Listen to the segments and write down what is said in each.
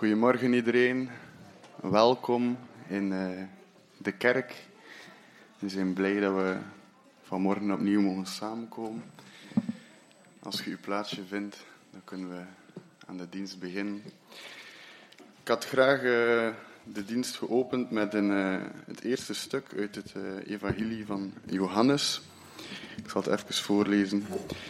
Goedemorgen iedereen, welkom in de kerk. We zijn blij dat we vanmorgen opnieuw mogen samenkomen. Als je uw plaatsje vindt, dan kunnen we aan de dienst beginnen. Ik had graag de dienst geopend met het eerste stuk uit het evangelie van Johannes. Ik zal het even voorlezen.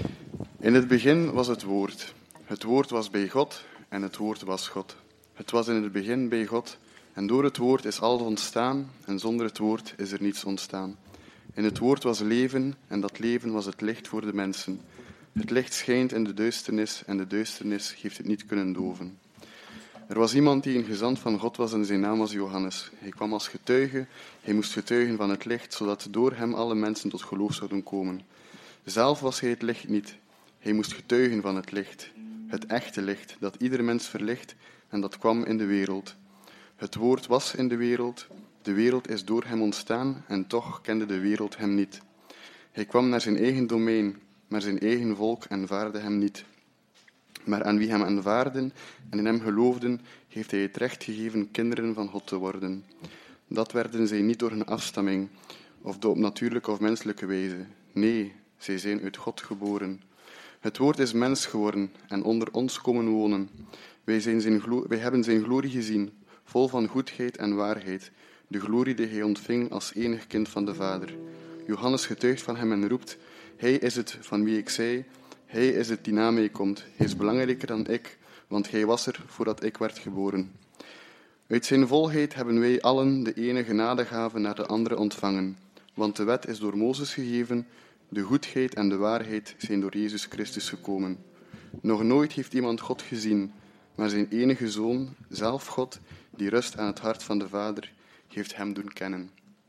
In het begin was het woord. Het woord was bij God en het woord was God. Het was in het begin bij God en door het woord is alles ontstaan en zonder het woord is er niets ontstaan. In het woord was leven en dat leven was het licht voor de mensen. Het licht schijnt in de duisternis en de duisternis heeft het niet kunnen doven. Er was iemand die een gezant van God was en zijn naam was Johannes. Hij kwam als getuige, hij moest getuigen van het licht, zodat door hem alle mensen tot geloof zouden komen. Zelf was hij het licht niet. Hij moest getuigen van het licht, het echte licht, dat ieder mens verlicht en dat kwam in de wereld. Het woord was in de wereld is door hem ontstaan en toch kende de wereld hem niet. Hij kwam naar zijn eigen domein, maar zijn eigen volk aanvaardde hem niet. Maar aan wie hem aanvaarden en in hem geloofden, heeft hij het recht gegeven kinderen van God te worden. Dat werden zij niet door hun afstamming, of op natuurlijke of menselijke wijze. Nee, zij zijn uit God geboren. Het woord is mens geworden en onder ons komen wonen. Wij hebben zijn glorie gezien, vol van goedheid en waarheid, de glorie die hij ontving als enig kind van de Vader. Johannes getuigt van hem en roept, hij is het van wie ik zei, hij is het die na mij komt. Hij is belangrijker dan ik, want hij was er voordat ik werd geboren. Uit zijn volheid hebben wij allen de ene genadegave naar de andere ontvangen. Want de wet is door Mozes gegeven, de goedheid en de waarheid zijn door Jezus Christus gekomen. Nog nooit heeft iemand God gezien, maar zijn enige Zoon, zelf God, die rust aan het hart van de Vader, heeft hem doen kennen.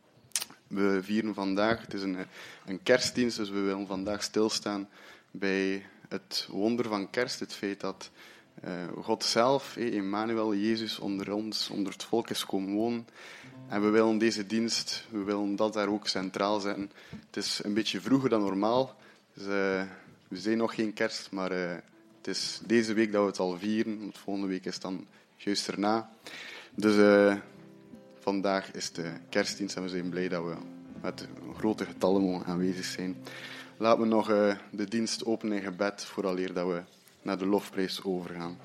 We vieren vandaag, het is een kerstdienst, dus we willen vandaag stilstaan bij het wonder van kerst, het feit dat God zelf, Emmanuel, Jezus, onder ons, onder het volk is komen wonen. En we willen deze dienst, we willen dat daar ook centraal zetten. Het is een beetje vroeger dan normaal, dus, we zijn nog geen kerst, maar het is deze week dat we het al vieren, want volgende week is het dan juist erna. Dus vandaag is de kerstdienst en we zijn blij dat we met grote getallen mogen aanwezig zijn. Laten we nog de dienst openen in gebed, vooraleer dat we naar de lofprijs overgaan.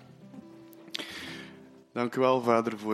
Dank u wel, Vader, voor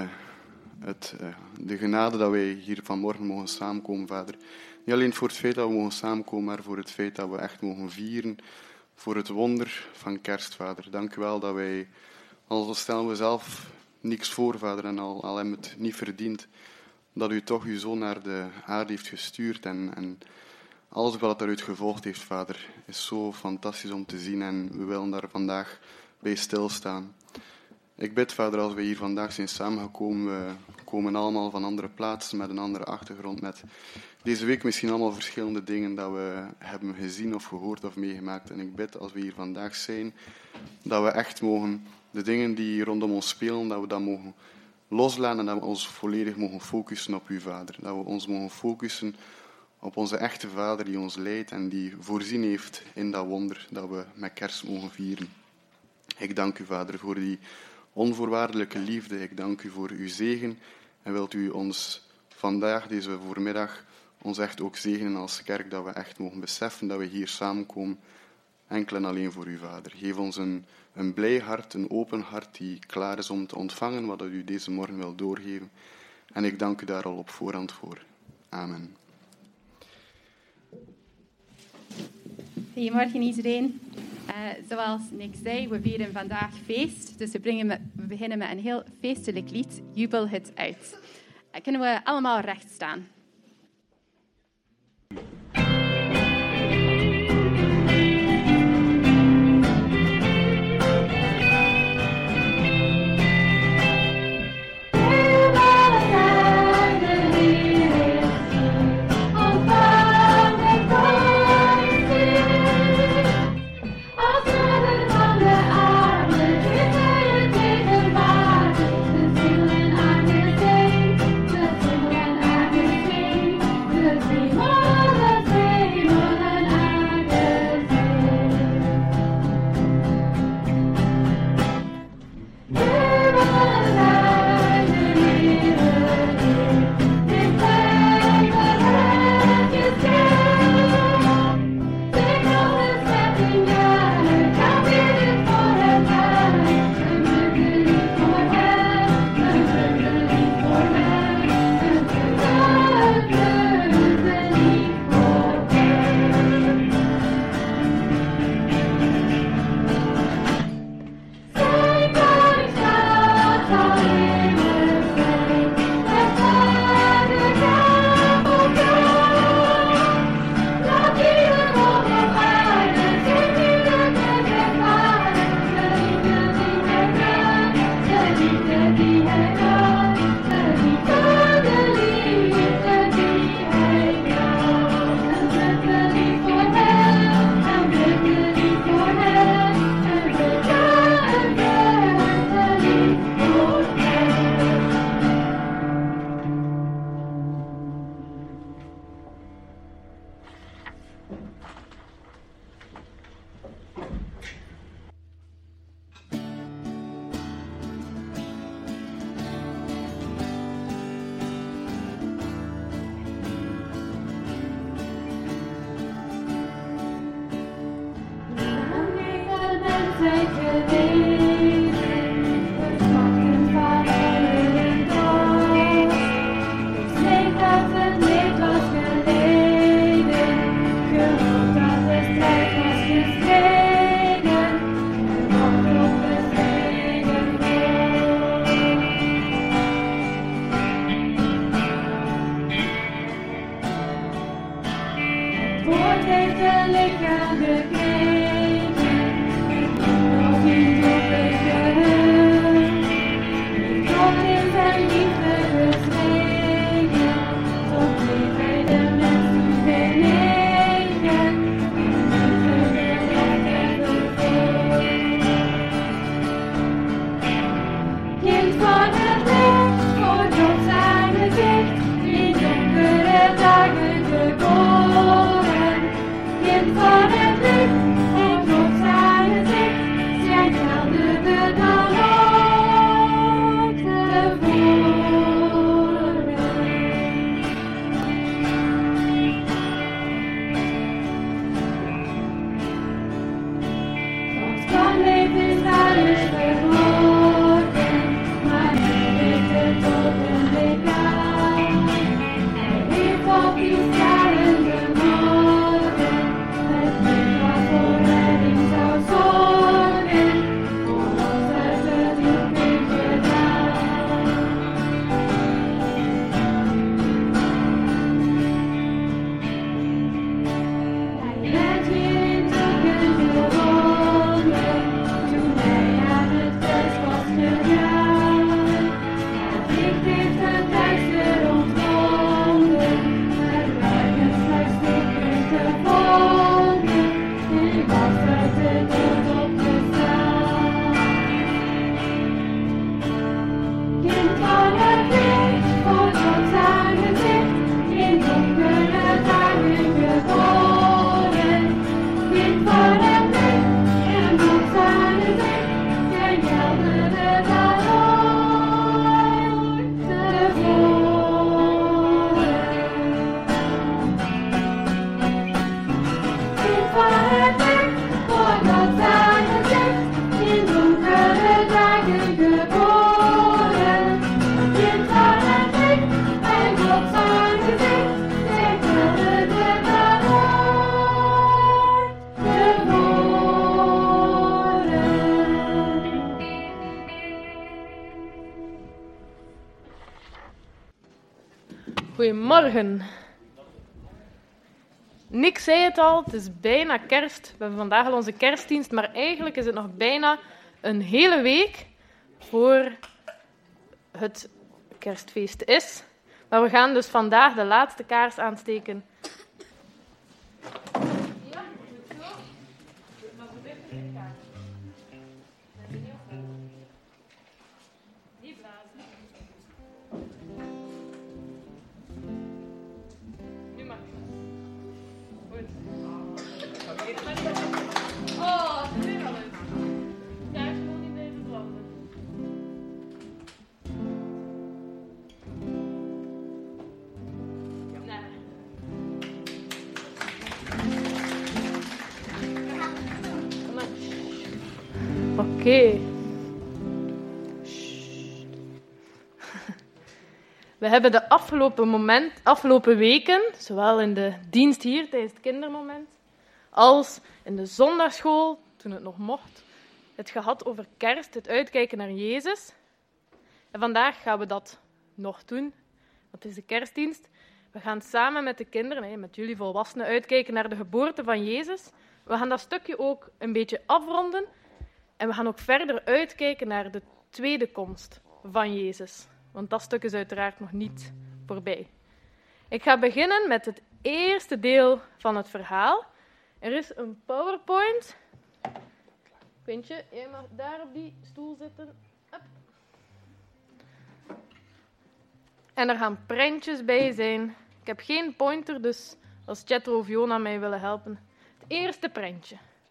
de genade dat wij hier vanmorgen mogen samenkomen, Vader. Niet alleen voor het feit dat we mogen samenkomen, maar voor het feit dat we echt mogen vieren voor het wonder van kerst, Vader. Dank u wel dat wij, al stellen we zelf niks voor, Vader, en al hebben we het niet verdiend, dat u toch uw Zoon naar de aarde heeft gestuurd en alles wat daaruit gevolgd heeft, Vader, is zo fantastisch om te zien en we willen daar vandaag bij stilstaan. Ik bid, Vader, als we hier vandaag zijn samengekomen, we komen allemaal van andere plaatsen met een andere achtergrond, met deze week misschien allemaal verschillende dingen dat we hebben gezien of gehoord of meegemaakt. En ik bid, als we hier vandaag zijn, dat we echt mogen de dingen die rondom ons spelen, dat we dat mogen loslaten en dat we ons volledig mogen focussen op u, Vader. Dat we ons mogen focussen op onze echte Vader die ons leidt en die voorzien heeft in dat wonder dat we met kerst mogen vieren. Ik dank u, Vader, voor die onvoorwaardelijke liefde. Ik dank u voor uw zegen en wilt u ons vandaag, deze voormiddag, ons echt ook zegenen als kerk, dat we echt mogen beseffen dat we hier samenkomen, enkel en alleen voor u, Vader. Geef ons een blij hart, een open hart die klaar is om te ontvangen wat u deze morgen wil doorgeven. En ik dank u daar al op voorhand voor. Amen. Goedemorgen iedereen. Zoals Nick zei, we vieren vandaag feest. Dus we beginnen met een heel feestelijk lied. Jubel het uit. Kunnen we allemaal recht staan? Thank you. Goedemorgen. Nick zei het al, het is bijna kerst. We hebben vandaag al onze kerstdienst, maar eigenlijk is het nog bijna een hele week voor het kerstfeest is. Maar we gaan dus vandaag de laatste kaars aansteken. Oké. We hebben de afgelopen weken, zowel in de dienst hier tijdens het kindermoment, als in de zondagsschool, toen het nog mocht, het gehad over kerst, het uitkijken naar Jezus. En vandaag gaan we dat nog doen, want het is de kerstdienst. We gaan samen met de kinderen, met jullie volwassenen, uitkijken naar de geboorte van Jezus. We gaan dat stukje ook een beetje afronden. En we gaan ook verder uitkijken naar de tweede komst van Jezus. Want dat stuk is uiteraard nog niet voorbij. Ik ga beginnen met het eerste deel van het verhaal. Er is een PowerPoint. Quintje, jij mag daar op die stoel zitten. Up. En er gaan prentjes bij zijn. Ik heb geen pointer, dus als Chetro of Jona mij willen helpen. Het eerste prentje.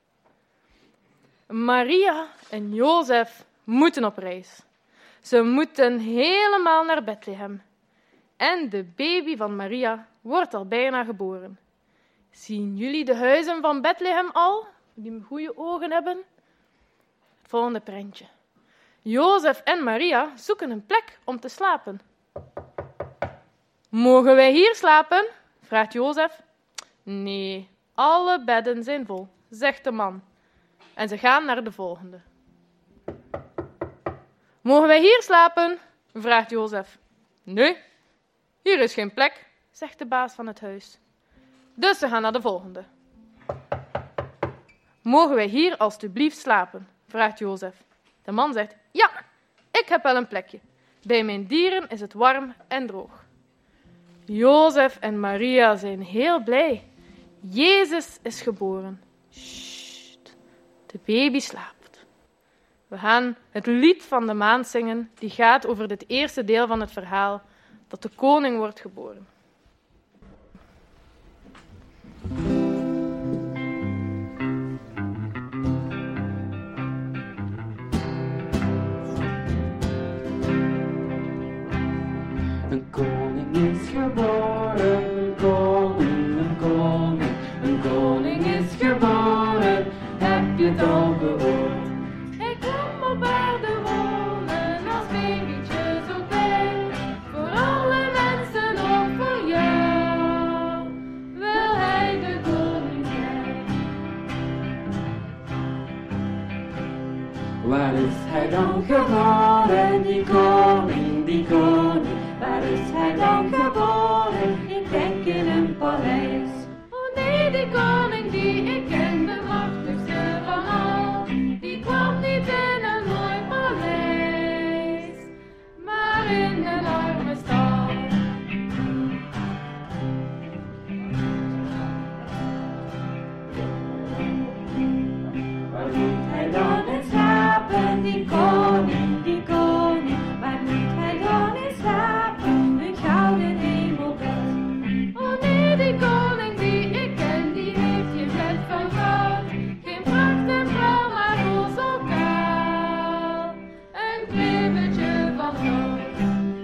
Maria en Jozef moeten op reis. Ze moeten helemaal naar Bethlehem. En de baby van Maria wordt al bijna geboren. Zien jullie de huizen van Bethlehem al? Die goede ogen hebben? Het volgende prentje. Jozef en Maria zoeken een plek om te slapen. Mogen wij hier slapen? Vraagt Jozef. Nee, alle bedden zijn vol, zegt de man. En ze gaan naar de volgende. Mogen wij hier slapen? Vraagt Jozef. Nee, hier is geen plek, zegt de baas van het huis. Dus ze gaan naar de volgende. Mogen wij hier alstublieft slapen? Vraagt Jozef. De man zegt, ja, ik heb wel een plekje. Bij mijn dieren is het warm en droog. Jozef en Maria zijn heel blij. Jezus is geboren. Sst, de baby slaapt. We gaan het lied van de maan zingen, die gaat over dit eerste deel van het verhaal, dat de koning wordt geboren. Een koning is geboren, een koning, een koning. Een koning is geboren, heb je het al gehoord? Hij kwam op aarde wonen als babytje zo klein. Voor alle mensen, ook voor jou, wil hij de koning zijn. Waar is hij dan geboren, die koning, die koning? Waar is hij dan geboren? Ik denk in een paleis. Oh nee, die koning die ik ken, de machtigste van al, die kwam niet in een mooi paleis, maar in een arme stal. Waar moet hij dan in slapen, die koning, die koning? Waar moet hij dan in slapen, een gouden hemelbed? Oh nee, die koning die ik ken, die heeft geen bed van goud, geen pracht en praal, maar roze zo kaal, een klimmetje van goud.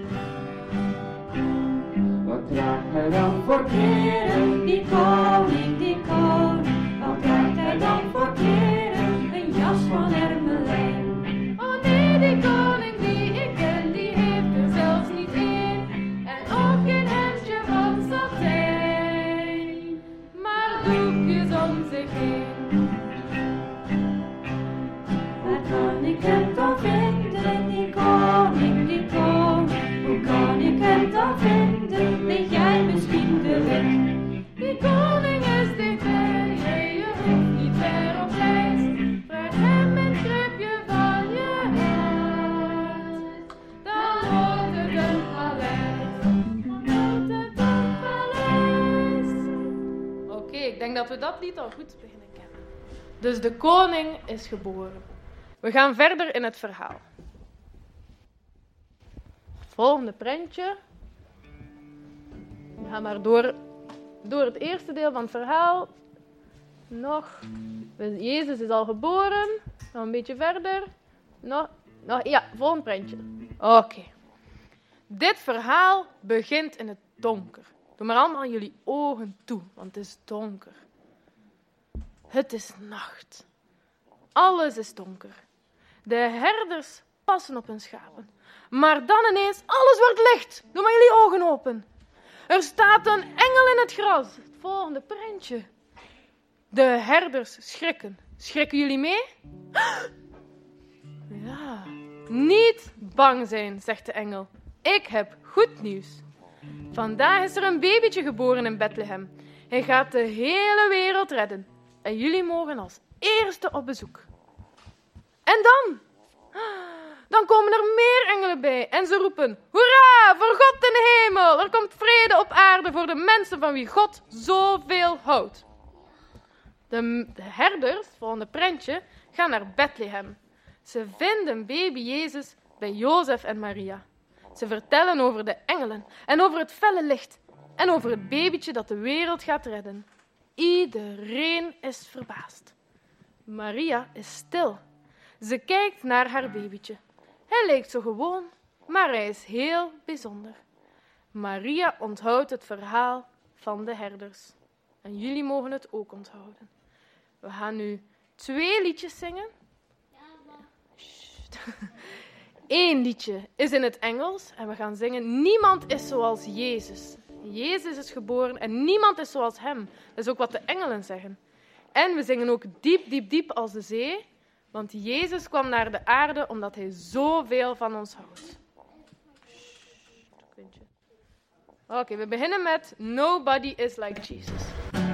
Wat draagt hij dan voor kleren, die koning, die koning? Wat draagt hij dan voor kleren, een jas van hermelijn? Oh nee, die koning die ik ken, die heeft er zelfs niet één, en ook geen hemdje van satijn, maar doekjes om zich heen. Waar kan ik hem dan vinden, die koning, die koning? Hoe kan ik hem dan vinden, weet jij misschien de weg? Die koning is dichtbij je, je hoeft niet ver op reis. Vraag hem een kribje van je huis, dan wordt het een paleis. Dan wordt het een paleis. Oké, ik denk dat we dat lied al goed beginnen kennen. Dus de koning is geboren. We gaan verder in het verhaal. Volgende prentje. We gaan maar door het eerste deel van het verhaal. Jezus is al geboren. Nog een beetje verder. Ja, volgende prentje. Oké. Dit verhaal begint in het donker. Doe maar allemaal jullie ogen toe, want het is donker. Het is nacht. Alles is donker. De herders passen op hun schapen. Maar dan ineens, alles wordt licht. Doe maar jullie ogen open. Er staat een engel in het gras. Het volgende prentje. De herders schrikken. Schrikken jullie mee? Ja. Niet bang zijn, zegt de engel. Ik heb goed nieuws. Vandaag is er een babytje geboren in Bethlehem. Hij gaat de hele wereld redden. En jullie mogen als eerste op bezoek. En dan? Dan komen er meer engelen bij en ze roepen: hoera, voor God in de hemel! Er komt vrede op aarde voor de mensen van wie God zoveel houdt. De herders, volgende prentje, gaan naar Bethlehem. Ze vinden baby Jezus bij Jozef en Maria. Ze vertellen over de engelen en over het felle licht en over het babytje dat de wereld gaat redden. Iedereen is verbaasd. Maria is stil. Ze kijkt naar haar babytje. Hij lijkt zo gewoon, maar hij is heel bijzonder. Maria onthoudt het verhaal van de herders. En jullie mogen het ook onthouden. We gaan nu 2 liedjes zingen. Eén liedje is in het Engels en we gaan zingen Niemand is zoals Jezus. Jezus is geboren en niemand is zoals hem. Dat is ook wat de engelen zeggen. En we zingen ook diep, diep, diep als de zee, want Jezus kwam naar de aarde omdat hij zoveel van ons houdt. Oké, we beginnen met Nobody is like Jesus.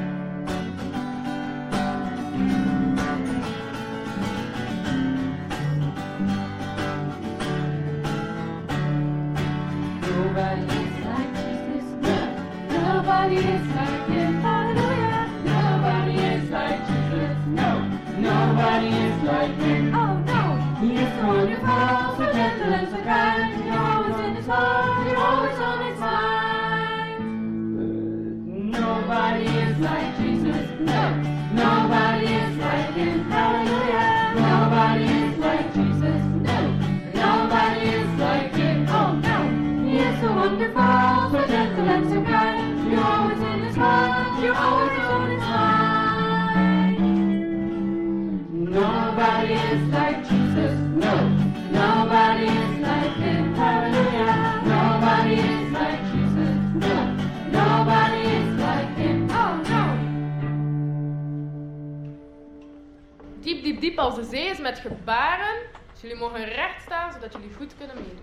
Nobody is like him, hallelujah. Nobody is like Jesus, no. Nobody is like him, oh no. He is so wonderful, so gentle and so kind. You're always in his heart, you're always on his mind. Nobody is like Jesus, no. Nobody is like him, hallelujah. Nobody is like Jesus, no. Nobody is like him, oh no. He is so wonderful, so gentle and so kind. You're always in his heart, you're always on his mind. Nobody is like Jesus, no. Nobody is like him, hallelujah. Nobody is like Jesus, no. Nobody is like him, oh no. Diep, diep, diep als de zee is met gebaren. Dus jullie mogen recht staan, zodat jullie goed kunnen meedoen.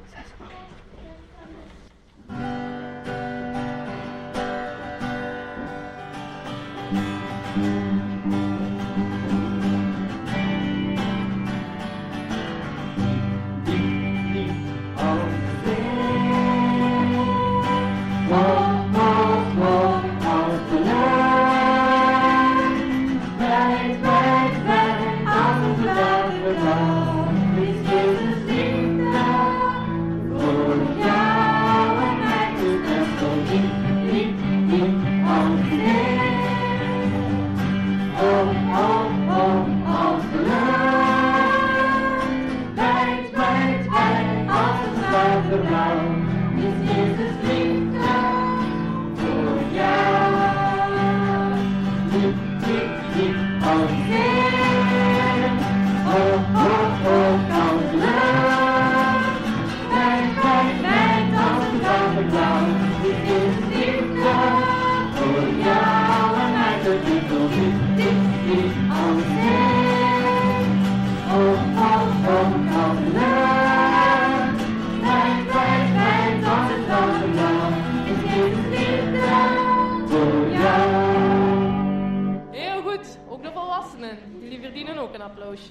Jullie verdienen ook een applausje.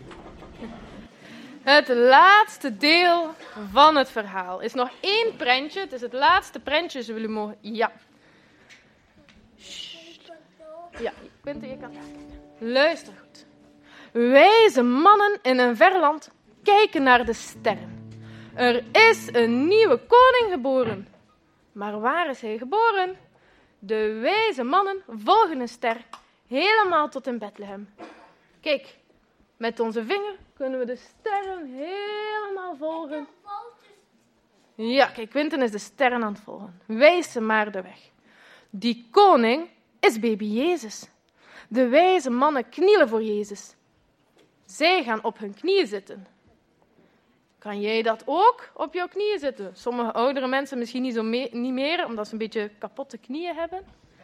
Het laatste deel van het verhaal is nog 1 prentje. Het is het laatste prentje. Ze willen mogen... Ja. Ja, je kan kijken. Luister goed. Wijze mannen in een ver land kijken naar de sterren. Er is een nieuwe koning geboren. Maar waar is hij geboren? De wijze mannen volgen een ster helemaal tot in Bethlehem. Kijk, met onze vinger kunnen we de sterren helemaal volgen. Ja, kijk, Quinten is de sterren aan het volgen. Wijs ze maar de weg. Die koning is baby Jezus. De wijze mannen knielen voor Jezus. Zij gaan op hun knieën zitten. Kan jij dat ook, op jouw knieën zitten? Sommige oudere mensen misschien niet meer, omdat ze een beetje kapotte knieën hebben.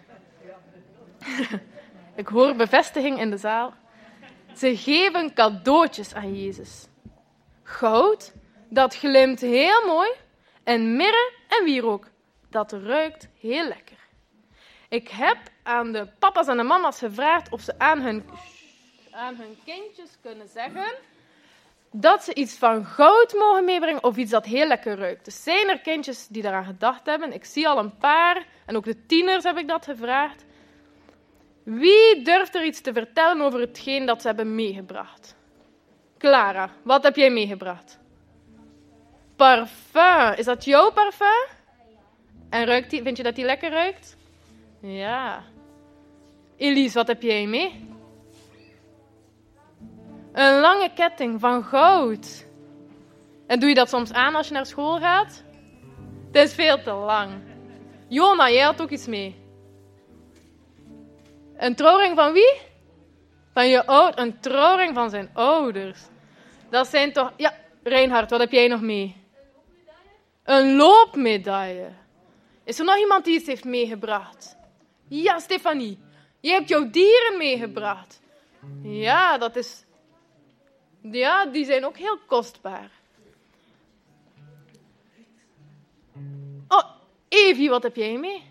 Ik hoor bevestiging in de zaal. Ze geven cadeautjes aan Jezus. Goud, dat glimt heel mooi. En mirre en wierook, dat ruikt heel lekker. Ik heb aan de papa's en de mama's gevraagd of ze aan hun kindjes kunnen zeggen dat ze iets van goud mogen meebrengen of iets dat heel lekker ruikt. Dus zijn er kindjes die daaraan gedacht hebben? Ik zie al een paar, en ook de tieners heb ik dat gevraagd. Wie durft er iets te vertellen over hetgeen dat ze hebben meegebracht? Clara, wat heb jij meegebracht? Parfum. Is dat jouw parfum? En ruikt die, vind je dat die lekker ruikt? Ja. Elise, wat heb jij mee? Een lange ketting van goud. En doe je dat soms aan als je naar school gaat? Het is veel te lang. Jona, jij had ook iets mee. Een trouwring van wie? Van je ouders. Een trouwring van zijn ouders. Dat zijn toch... Ja, Reinhard, wat heb jij nog mee? Een loopmedaille. Is er nog iemand die iets heeft meegebracht? Ja, Stefanie. Je hebt jouw dieren meegebracht. Ja, dat is... Ja, die zijn ook heel kostbaar. Oh, Evie, wat heb jij mee?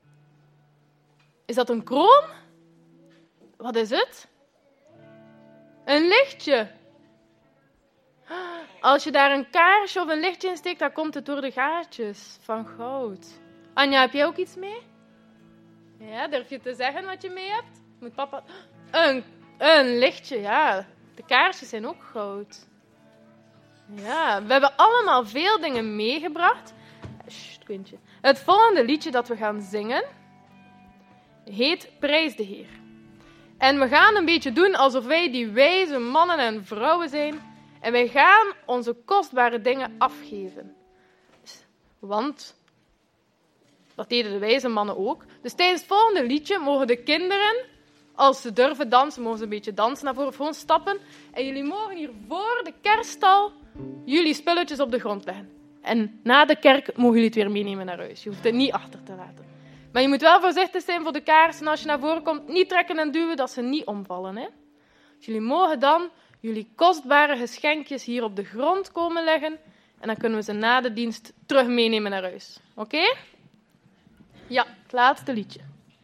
Is dat een kroon? Wat is het? Een lichtje. Als je daar een kaarsje of een lichtje in steekt, dan komt het door de gaatjes van goud. Anja, heb jij ook iets mee? Ja, durf je te zeggen wat je mee hebt? Moet papa... Een lichtje, ja. De kaarsjes zijn ook goud. Ja, we hebben allemaal veel dingen meegebracht. Sst, kindje. Het volgende liedje dat we gaan zingen heet Prijs de Heer. En we gaan een beetje doen alsof wij die wijze mannen en vrouwen zijn. En wij gaan onze kostbare dingen afgeven. Want dat deden de wijze mannen ook. Dus tijdens het volgende liedje mogen de kinderen, als ze durven dansen, mogen ze een beetje dansen naar voren of gewoon stappen. En jullie mogen hier voor de kerststal jullie spulletjes op de grond leggen. En na de kerk mogen jullie het weer meenemen naar huis. Je hoeft het niet achter te laten. Maar je moet wel voorzichtig zijn voor de kaarsen. Als je naar voren komt, niet trekken en duwen, dat ze niet omvallen. Hè? Dus jullie mogen dan jullie kostbare geschenkjes hier op de grond komen leggen. En dan kunnen we ze na de dienst terug meenemen naar huis. Oké? Ja, het laatste liedje.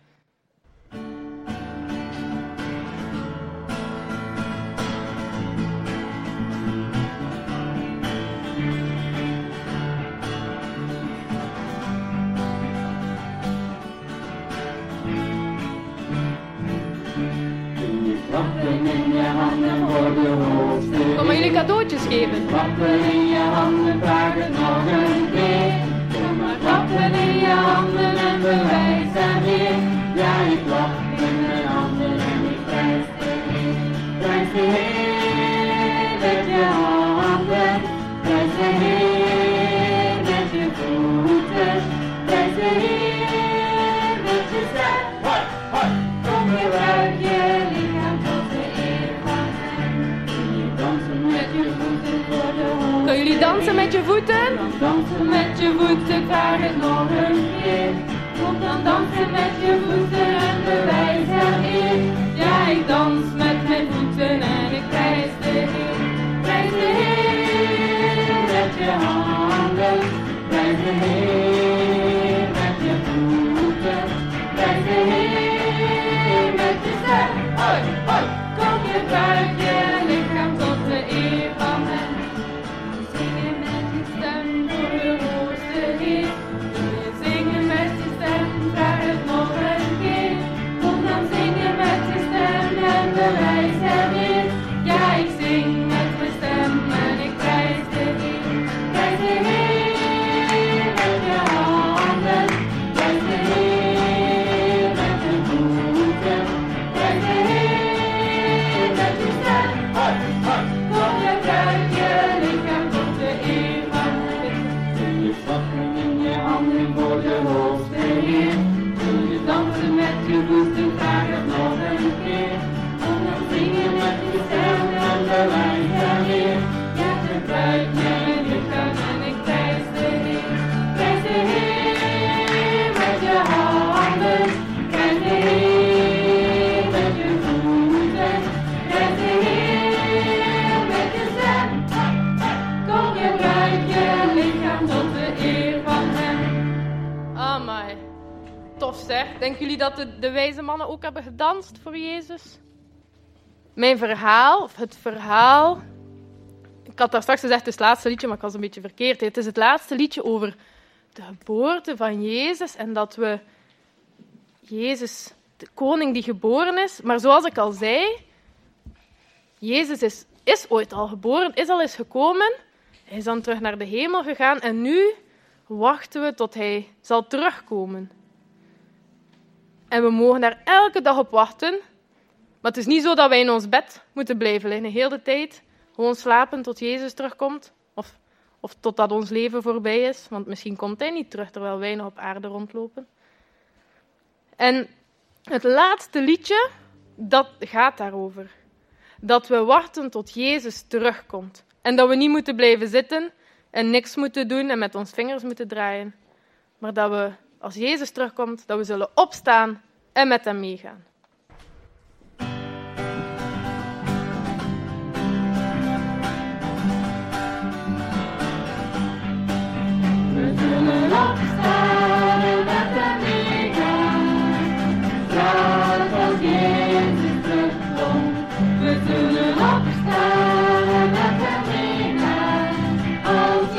Klappen in je handen voor de hoogste. Kom maar jullie cadeautjes geven. Klappen in je handen, vraag het nog een keer. Kom maar klappen in je handen en bewijs aan Heer. Ja, ik klap in mijn handen en ik prijs de Heer. Prijs de Heer met je handen. Prijs de Heer met je voeten. Prijs de Heer met je stem. Kom gebruik je lichaam tot de eer van Hem. Kun je dansen met je voeten voor de hoogte. Kunnen jullie dansen met je voeten? Dan dansen met je voeten, vraag het nog een keer. Kom dan dansen met je voeten en bewijs aan eer. Ja, ik dans met mijn voeten en ik prijs de Heer. Prijs de Heer met je handen. Prijs de Heer met je voeten. Prijs de Heer met je stem. Hoi, hoi. Kom je buik, je lichaam tot de eer van Hem. Zingen met je stem voor de hoogste Heer. Wil je zingen met je stem, vraag het nog een keer. Kom dan zingen met je stem en bewijs het weer. Ja, ik zing met mijn stem en ik prijs de Heer. Prijs de Heer met je handen. Prijs de Heer met je voeten. Prijs de Heer met je stem. Hoi, hoi. Kom je buik, je lichaam tot de eer van Hem. Kun je klappen in je handen voor de hoogste Heer. Kun je dansen met je voeten, vraag het nog een keer. Kom dan zingen met je stem en bewijs aan Heer. Ja, gebruik je lichaam en ik prijs de Heer. Prijs de Heer met je handen. Prijs de Heer met je voeten. Prijs de Heer met je stem. Kom je gebruik je lichaam tot de eer van Hem. Amai. Tof zeg. Denken jullie dat de wijze mannen ook hebben gedanst voor Jezus? Mijn verhaal, of het verhaal... Ik had daar straks gezegd, het is het laatste liedje, maar ik was een beetje verkeerd. Het is het laatste liedje over de geboorte van Jezus en dat we Jezus, de koning die geboren is. Maar zoals ik al zei, Jezus is ooit al geboren, is al eens gekomen. Hij is dan terug naar de hemel gegaan en nu wachten we tot hij zal terugkomen. En we mogen daar elke dag op wachten. Maar het is niet zo dat wij in ons bed moeten blijven liggen de hele tijd. Gewoon slapen tot Jezus terugkomt. Of totdat ons leven voorbij is. Want misschien komt hij niet terug terwijl wij nog op aarde rondlopen. En het laatste liedje, dat gaat daarover. Dat we wachten tot Jezus terugkomt. En dat we niet moeten blijven zitten en niks moeten doen en met ons vingers moeten draaien. Maar dat we, als Jezus terugkomt, dat we zullen opstaan en met hem meegaan. We zullen opstaan en met hem meegaan. Straks als Jezus terugkomt. We zullen opstaan en met hem meegaan. Als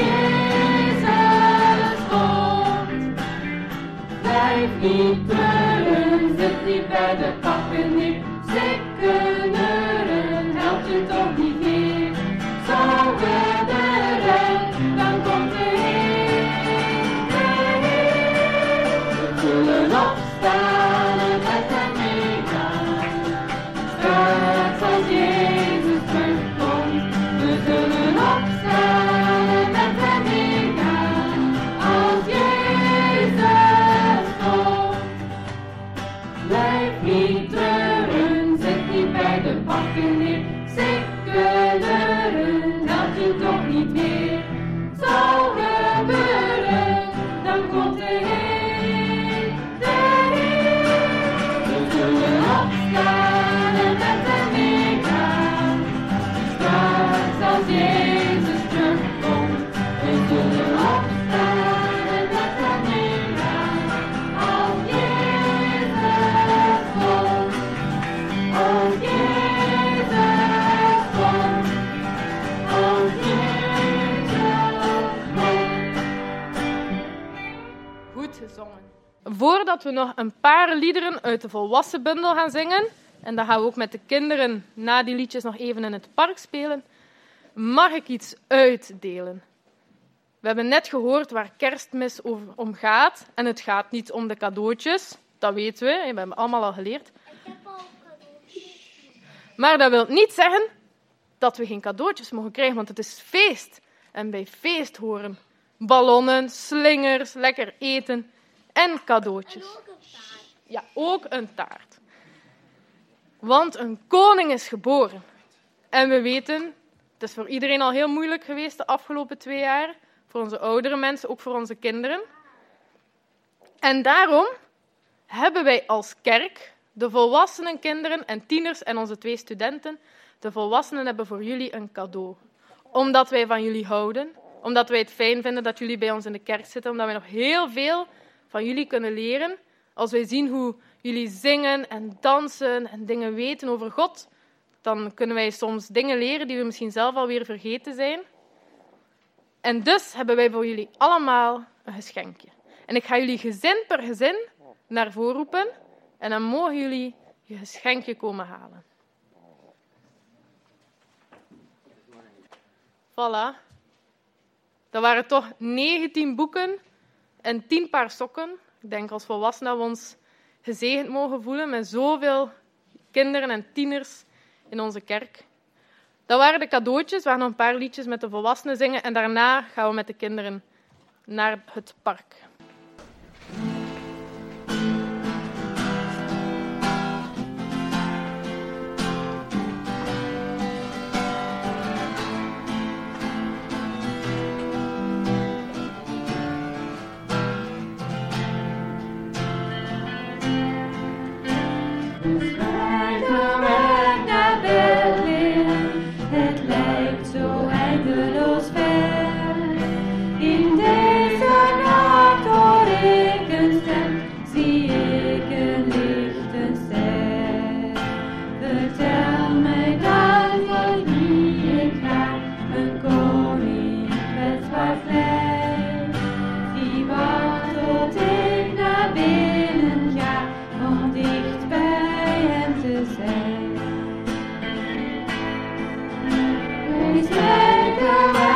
Jezus komt. Blijf niet treuren, zit niet bij de pakken niet. Sikkeneuren, helpt je toch niet meer. Zo gebeuren, dan komt de we zullen opstaan en met hem meegaan. Straks als Jezus terugkomt. We zullen opstaan en met hem meegaan. Als Jezus komt. Blijf niet treuren, zit niet bij de pakken neer. Sikkeneuren, helpt je toch niet meer. Zou gebeuren, dan komt de Heer. We zullen opstaan en met hem meegaan. Straks als Jezus terugkomt. We zullen opstaan en met hem meegaan. Als Jezus komt. Als Jezus komt. Als Jezus komt. Goed gezongen. Voordat we nog een paar liederen uit de volwassenbundel gaan zingen, en dat gaan we ook met de kinderen na die liedjes nog even in het park spelen, mag ik iets uitdelen. We hebben net gehoord waar Kerstmis om gaat. En het gaat niet om de cadeautjes, dat weten we, we hebben het allemaal al geleerd. Ik heb al cadeautjes. Maar dat wil niet zeggen dat we geen cadeautjes mogen krijgen, want het is feest. En bij feest horen ballonnen, slingers, lekker eten en cadeautjes. Ook een taart. Ja, ook een taart. Want een koning is geboren. En we weten, het is voor iedereen al heel moeilijk geweest de afgelopen 2 jaar. Voor onze oudere mensen, ook voor onze kinderen. En daarom hebben wij als kerk, de volwassenen, kinderen en tieners en onze 2 studenten, de volwassenen hebben voor jullie een cadeau. Omdat wij van jullie houden, omdat wij het fijn vinden dat jullie bij ons in de kerk zitten, omdat wij nog heel veel van jullie kunnen leren. Als wij zien hoe jullie zingen en dansen en dingen weten over God, dan kunnen wij soms dingen leren die we misschien zelf alweer vergeten zijn. En dus hebben wij voor jullie allemaal een geschenkje. En ik ga jullie gezin per gezin naar voren roepen en dan mogen jullie je geschenkje komen halen. Voilà. Dat waren toch 19 boeken en 10 paar sokken. Ik denk als volwassenen dat we ons gezegend mogen voelen met zoveel kinderen en tieners in onze kerk. Dat waren de cadeautjes. We gaan nog een paar liedjes met de volwassenen zingen en daarna gaan we met de kinderen naar het park. Het lijkt zo eindeloos ver. In deze nacht hoor ik een stem, zie ik een lichte ster. Vertel mij dan voor wie ik ga, een koning kwetsbaar vrij. Die wacht tot ik naar binnen ga, om dicht bij hem te zijn. Wees sterker.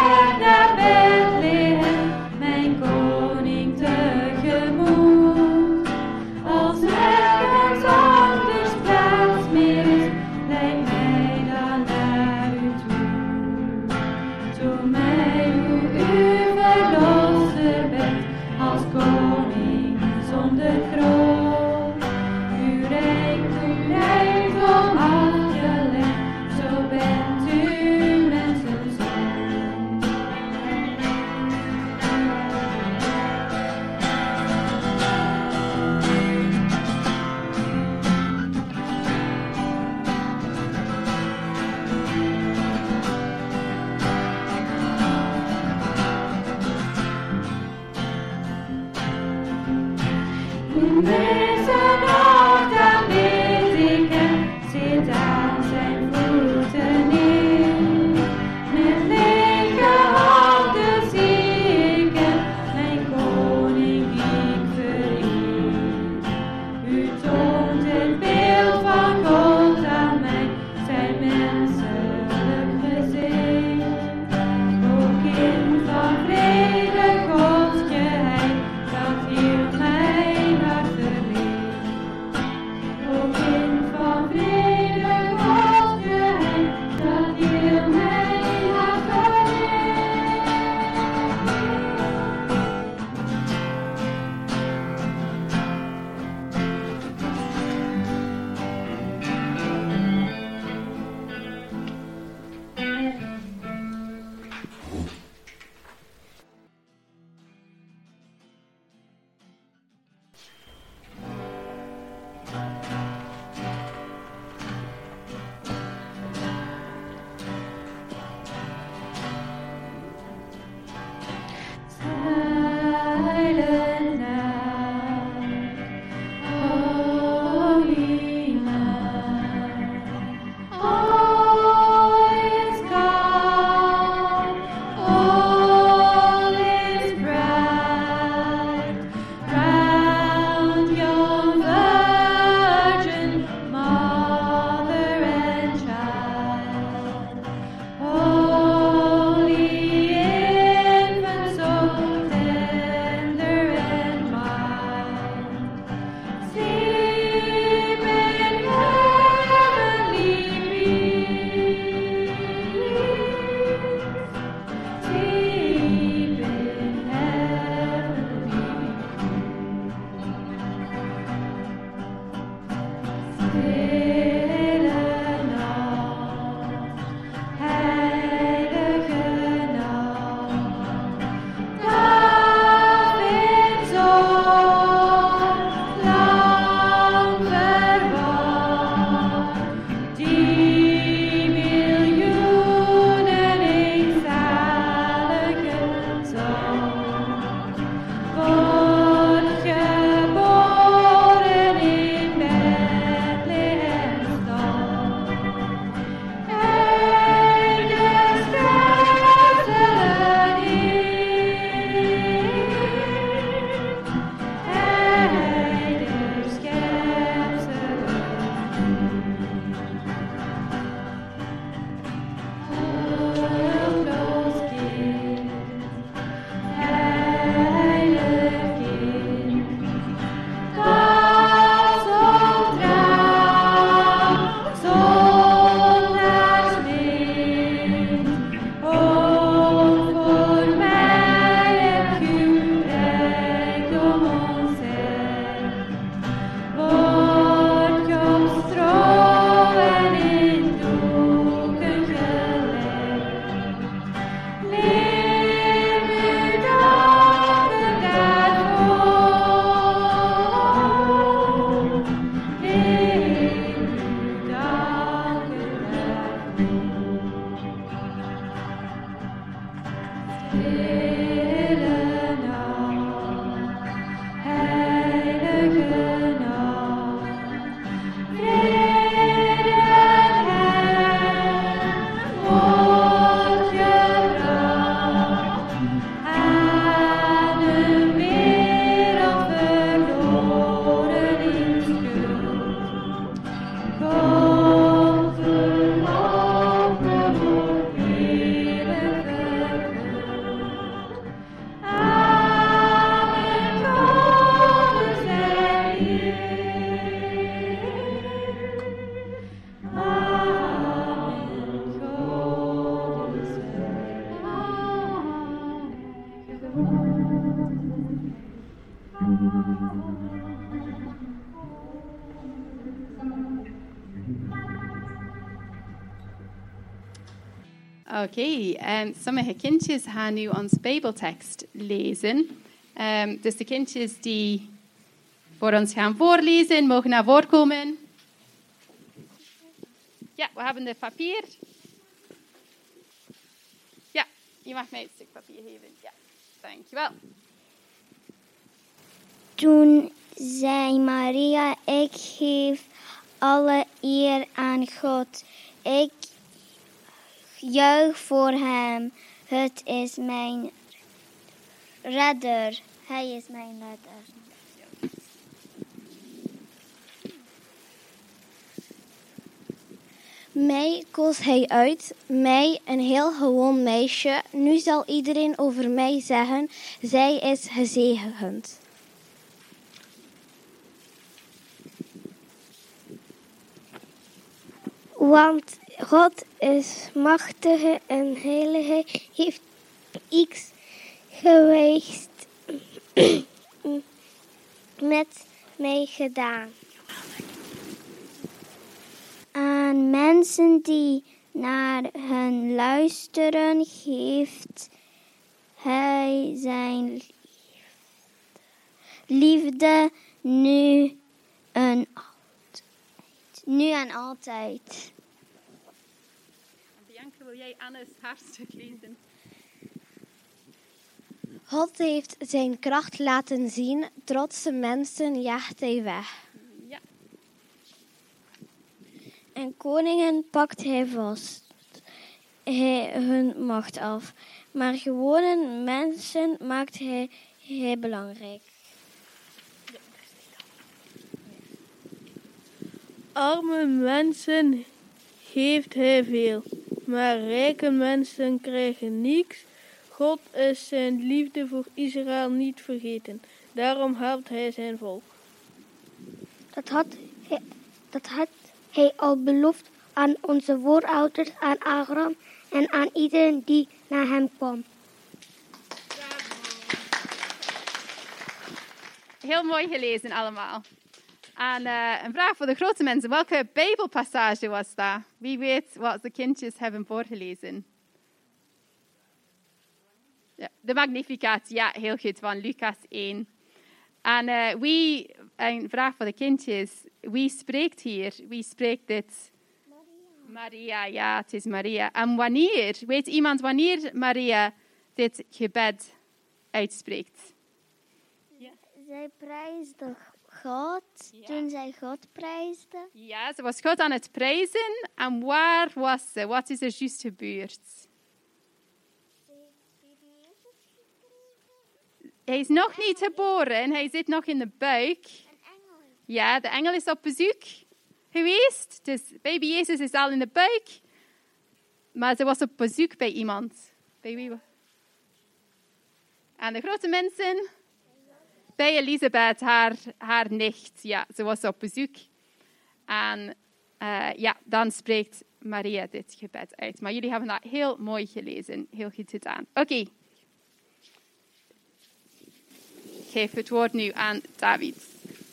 Oké, sommige kindjes gaan nu ons Bijbeltekst lezen. Dus de kindjes die voor ons gaan voorlezen, mogen naar voren komen. Ja, we hebben de papier. Ja, je mag mij een stuk papier geven. Ja, dankjewel. Toen zei Maria, ik geef alle eer aan God. Ik juich voor hem. Het is mijn redder. Hij is mijn redder. Mij koos hij uit, mij, een heel gewoon meisje. Nu zal iedereen over mij zeggen, zij is gezegend. Want God is machtige en heilige, heeft iets geweest met mij gedaan. Aan mensen die naar hen luisteren, geeft hij zijn liefde nu en altijd. Bianca, wil jij Anne's hartstuk lezen? God heeft zijn kracht laten zien, trotse mensen jaagt hij weg. Ja. En koningen pakt hij vast, hij hun macht af. Maar gewone mensen maakt hij belangrijk. Arme mensen geeft hij veel, maar rijke mensen krijgen niets. God is zijn liefde voor Israël niet vergeten. Daarom helpt hij zijn volk. Dat had hij al beloofd aan onze voorouders, aan Abraham en aan iedereen die naar hem kwam. Heel mooi gelezen allemaal. En een vraag voor de grote mensen. Welke Bijbelpassage was dat? Wie weet wat de kindjes hebben voorgelezen? Ja, de Magnificat, ja, heel goed, van Lucas 1. En een vraag voor de kindjes. Wie spreekt hier? Wie spreekt dit? Maria, ja, het is Maria. En wanneer? Weet iemand wanneer Maria dit gebed uitspreekt? Zij prijsde God toen zij God prijsde. Ja, ze was God aan het prijzen. En waar was ze? Wat is er juist gebeurd? Hij is nog niet geboren. Hij zit nog in de buik. Ja, de engel is op bezoek geweest. Dus baby Jezus is al in de buik. Maar ze was op bezoek bij iemand. Bij wie? En de grote mensen? Bij Elisabeth, haar nicht. Ja, ze was op bezoek. En dan spreekt Maria dit gebed uit. Maar jullie hebben dat heel mooi gelezen. Heel goed gedaan. Oké. Ik geef het woord nu aan David.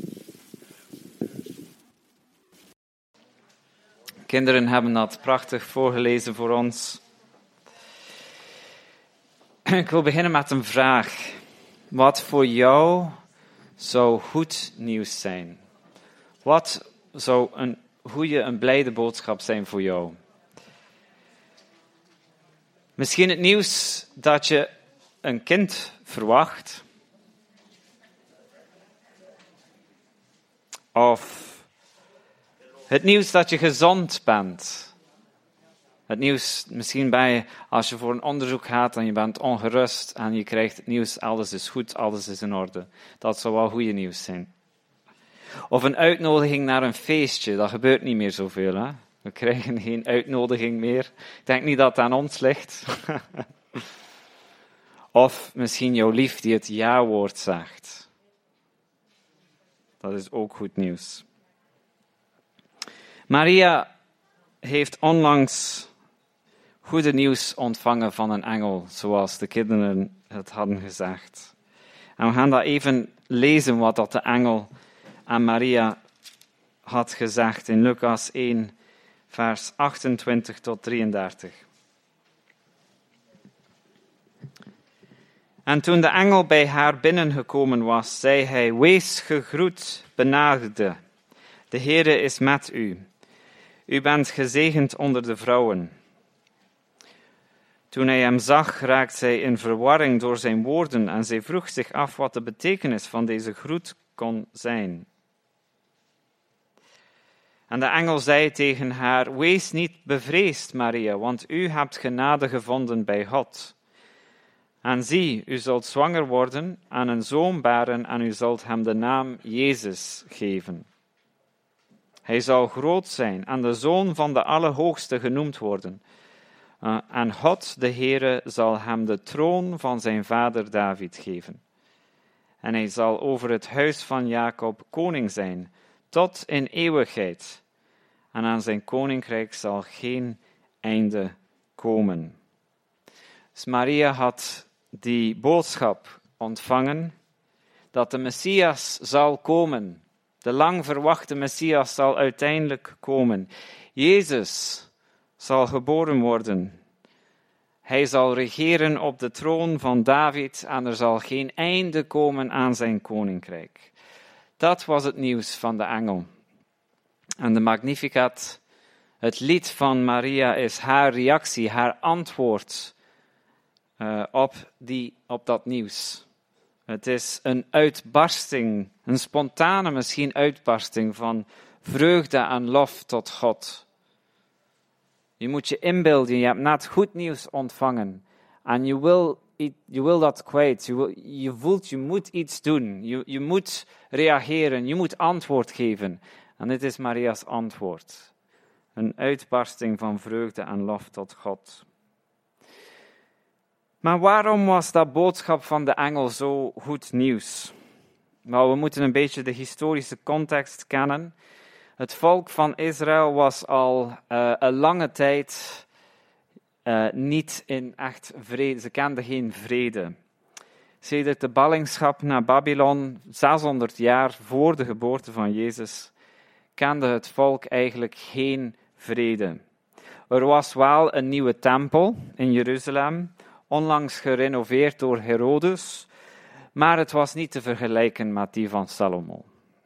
Kinderen hebben dat prachtig voorgelezen voor ons. Ik wil beginnen met een vraag. Wat voor jou zou goed nieuws zijn? Wat zou een goede en blijde boodschap zijn voor jou? Misschien het nieuws dat je een kind verwacht, of het nieuws dat je gezond bent. Het nieuws, misschien als je voor een onderzoek gaat en je bent ongerust en je krijgt het nieuws, alles is goed, alles is in orde. Dat zou wel goede nieuws zijn. Of een uitnodiging naar een feestje, dat gebeurt niet meer zoveel. Hè? We krijgen geen uitnodiging meer. Ik denk niet dat het aan ons ligt. Of misschien jouw lief die het ja-woord zegt. Dat is ook goed nieuws. Maria heeft onlangs goede nieuws ontvangen van een engel, zoals de kinderen het hadden gezegd. En we gaan dat even lezen wat dat de engel aan Maria had gezegd in Lucas 1, vers 28 tot 33. En toen de engel bij haar binnengekomen was, zei hij: Wees gegroet, benadigde. De Heere is met u. U bent gezegend onder de vrouwen. Toen hij hem zag, raakte zij in verwarring door zijn woorden en zij vroeg zich af wat de betekenis van deze groet kon zijn. En de engel zei tegen haar: Wees niet bevreesd, Maria, want u hebt genade gevonden bij God. En zie, u zult zwanger worden en een zoon baren en u zult hem de naam Jezus geven. Hij zal groot zijn en de Zoon van de Allerhoogste genoemd worden. En God, de Heere, zal hem de troon van zijn vader David geven. En hij zal over het huis van Jacob koning zijn, tot in eeuwigheid. En aan zijn koninkrijk zal geen einde komen. Dus Maria had die boodschap ontvangen dat de Messias zal komen. De lang verwachte Messias zal uiteindelijk komen. Jezus zal geboren worden. Hij zal regeren op de troon van David en er zal geen einde komen aan zijn koninkrijk. Dat was het nieuws van de engel. En de Magnificat, het lied van Maria, is haar reactie, haar antwoord op dat nieuws. Het is een uitbarsting, een spontane misschien uitbarsting van vreugde en lof tot God. Je moet je inbeelden, je hebt net goed nieuws ontvangen en je wil dat kwijt. Je voelt, je moet iets doen, je moet reageren, je moet antwoord geven. En dit is Maria's antwoord. Een uitbarsting van vreugde en lof tot God. Maar waarom was dat boodschap van de engel zo goed nieuws? Nou, we moeten een beetje de historische context kennen. Het volk van Israël was al een lange tijd niet in echt vrede. Ze kenden geen vrede. Sedert de ballingschap naar Babylon, 600 jaar voor de geboorte van Jezus, kende het volk eigenlijk geen vrede. Er was wel een nieuwe tempel in Jeruzalem, onlangs gerenoveerd door Herodes, maar het was niet te vergelijken met die van Salomo.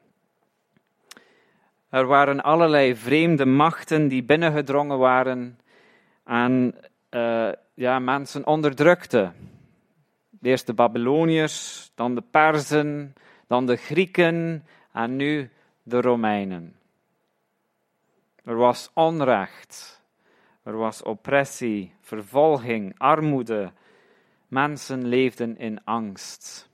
Er waren allerlei vreemde machten die binnengedrongen waren en mensen onderdrukten. Eerst de Babyloniërs, dan de Perzen, dan de Grieken en nu de Romeinen. Er was onrecht, er was oppressie, vervolging, armoede. Mensen leefden in angst.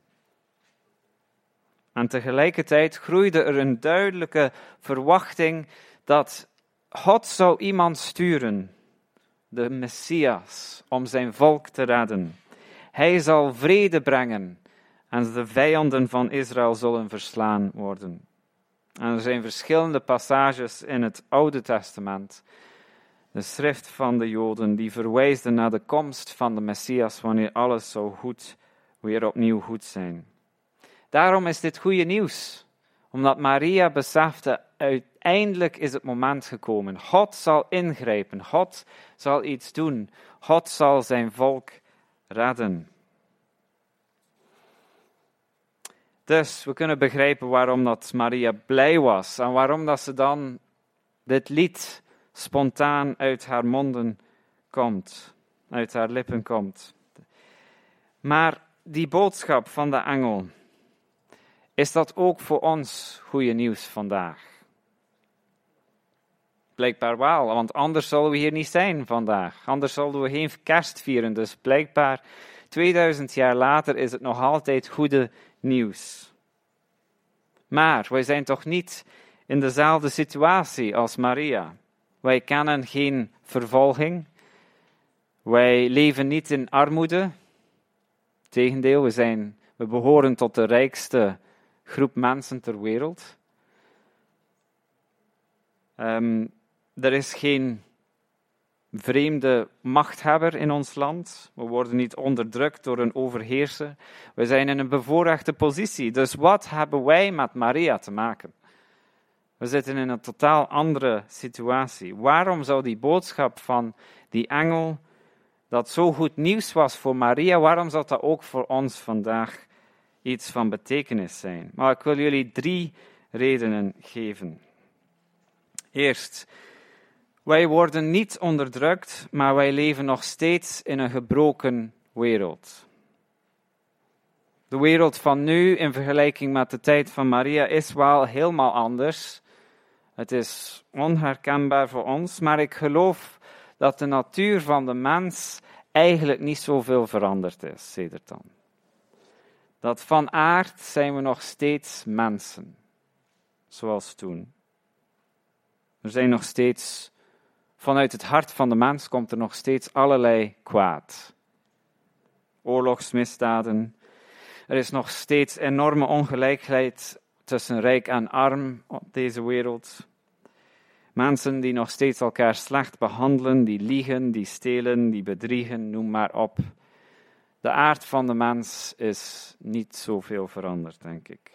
En tegelijkertijd groeide er een duidelijke verwachting dat God zou iemand sturen, de Messias, om zijn volk te redden. Hij zal vrede brengen en de vijanden van Israël zullen verslaan worden. En er zijn verschillende passages in het Oude Testament, de schrift van de Joden, die verwijzen naar de komst van de Messias wanneer alles zou weer opnieuw goed zijn. Daarom is dit goede nieuws, omdat Maria besefte, uiteindelijk is het moment gekomen. God zal ingrijpen, God zal iets doen, God zal zijn volk redden. Dus we kunnen begrijpen waarom dat Maria blij was en waarom dat ze dan dit lied spontaan uit haar monden komt, uit haar lippen komt. Maar die boodschap van de engel, is dat ook voor ons goede nieuws vandaag? Blijkbaar wel, want anders zouden we hier niet zijn vandaag. Anders zouden we geen kerst vieren. Dus blijkbaar 2000 jaar later is het nog altijd goede nieuws. Maar wij zijn toch niet in dezelfde situatie als Maria. Wij kennen geen vervolging. Wij leven niet in armoede. Tegendeel, we behoren tot de rijkste groep mensen ter wereld. Er is geen vreemde machthebber in ons land. We worden niet onderdrukt door een overheerser. We zijn in een bevoorrechte positie. Dus wat hebben wij met Maria te maken? We zitten in een totaal andere situatie. Waarom zou die boodschap van die engel, dat zo goed nieuws was voor Maria, waarom zou dat ook voor ons vandaag iets van betekenis zijn? Maar ik wil jullie 3 redenen geven. Eerst, wij worden niet onderdrukt, maar wij leven nog steeds in een gebroken wereld. De wereld van nu, in vergelijking met de tijd van Maria, is wel helemaal anders. Het is onherkenbaar voor ons, maar ik geloof dat de natuur van de mens eigenlijk niet zoveel veranderd is, sedert dan. Dat van aard zijn we nog steeds mensen, zoals toen. Er zijn nog steeds, vanuit het hart van de mens komt er nog steeds allerlei kwaad. Oorlogsmisdaden. Er is nog steeds enorme ongelijkheid tussen rijk en arm op deze wereld. Mensen die nog steeds elkaar slecht behandelen, die liegen, die stelen, die bedriegen, noem maar op. De aard van de mens is niet zoveel veranderd, denk ik.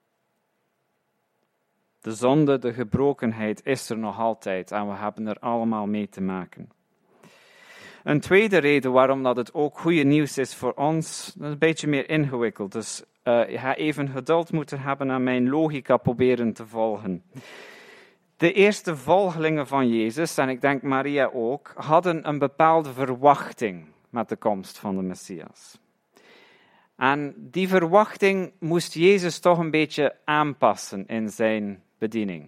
De zonde, de gebrokenheid is er nog altijd en we hebben er allemaal mee te maken. Een tweede reden waarom dat het ook goede nieuws is voor ons, dat is een beetje meer ingewikkeld. Dus je gaat even geduld moeten hebben en mijn logica proberen te volgen. De eerste volgelingen van Jezus, en ik denk Maria ook, hadden een bepaalde verwachting met de komst van de Messias. En die verwachting moest Jezus toch een beetje aanpassen in zijn bediening.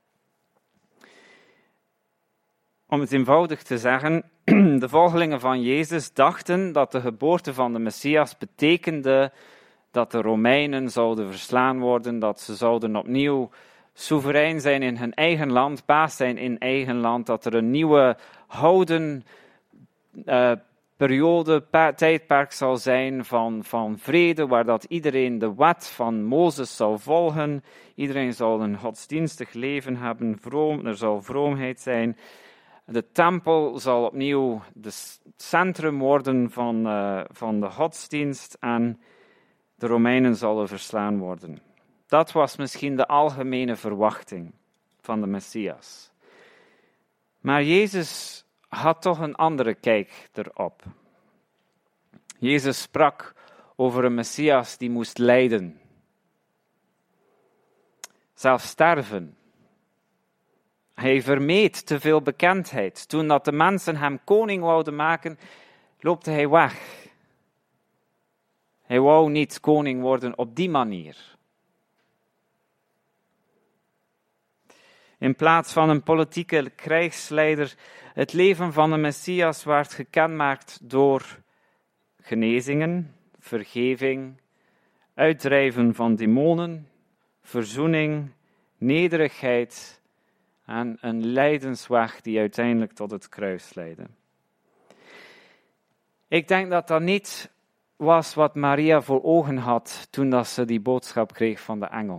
Om het eenvoudig te zeggen, de volgelingen van Jezus dachten dat de geboorte van de Messias betekende dat de Romeinen zouden verslaan worden, dat ze zouden opnieuw soeverein zijn in hun eigen land, baas zijn in eigen land, dat er een nieuwe houden periode, tijdperk zal zijn van vrede, waar dat iedereen de wet van Mozes zal volgen. Iedereen zal een godsdienstig leven hebben, er zal vroomheid zijn. De tempel zal opnieuw het centrum worden van de godsdienst en de Romeinen zullen verslaan worden. Dat was misschien de algemene verwachting van de Messias. Maar Jezus had toch een andere kijk erop. Jezus sprak over een Messias die moest lijden. Zelfs sterven. Hij vermeed te veel bekendheid. Toen dat de mensen hem koning wouden maken, loopte hij weg. Hij wou niet koning worden op die manier. In plaats van een politieke krijgsleider, het leven van de Messias werd gekenmerkt door genezingen, vergeving, uitdrijven van demonen, verzoening, nederigheid en een lijdensweg die uiteindelijk tot het kruis leidde. Ik denk dat dat niet was wat Maria voor ogen had toen dat ze die boodschap kreeg van de engel.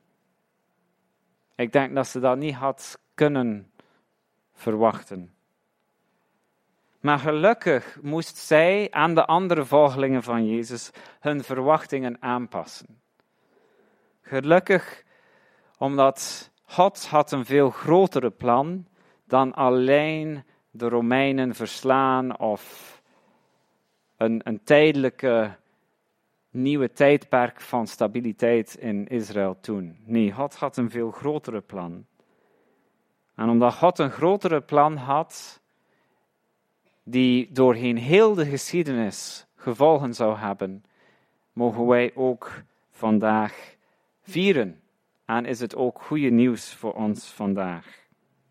Ik denk dat ze dat niet had kunnen verwachten. Maar gelukkig moest zij en de andere volgelingen van Jezus hun verwachtingen aanpassen. Gelukkig omdat God had een veel grotere plan dan alleen de Romeinen verslaan of een tijdelijke nieuwe tijdperk van stabiliteit in Israël toen. Nee, God had een veel grotere plan. En omdat God een grotere plan had, die doorheen heel de geschiedenis gevolgen zou hebben, mogen wij ook vandaag vieren. En is het ook goede nieuws voor ons vandaag.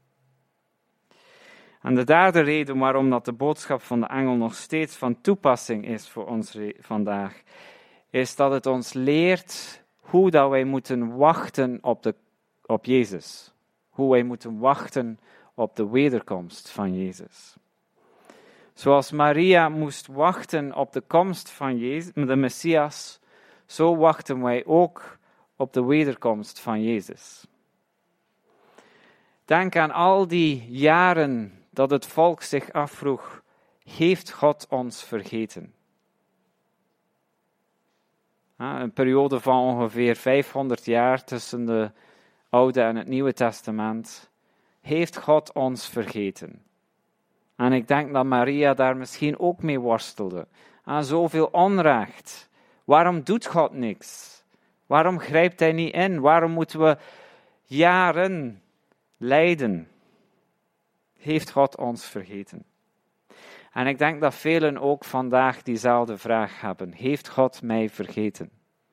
En de derde reden waarom dat de boodschap van de engel nog steeds van toepassing is voor ons vandaag, is dat het ons leert hoe dat wij moeten wachten op Jezus. Hoe wij moeten wachten op de wederkomst van Jezus. Zoals Maria moest wachten op de komst van Jezus, de Messias, zo wachten wij ook op de wederkomst van Jezus. Denk aan al die jaren dat het volk zich afvroeg, heeft God ons vergeten? Een periode van ongeveer 500 jaar tussen de Oude en het Nieuwe Testament. Heeft God ons vergeten? En ik denk dat Maria daar misschien ook mee worstelde. Aan zoveel onrecht. Waarom doet God niks? Waarom grijpt hij niet in? Waarom moeten we jaren lijden? Heeft God ons vergeten? En ik denk dat velen ook vandaag diezelfde vraag hebben. Heeft God mij vergeten?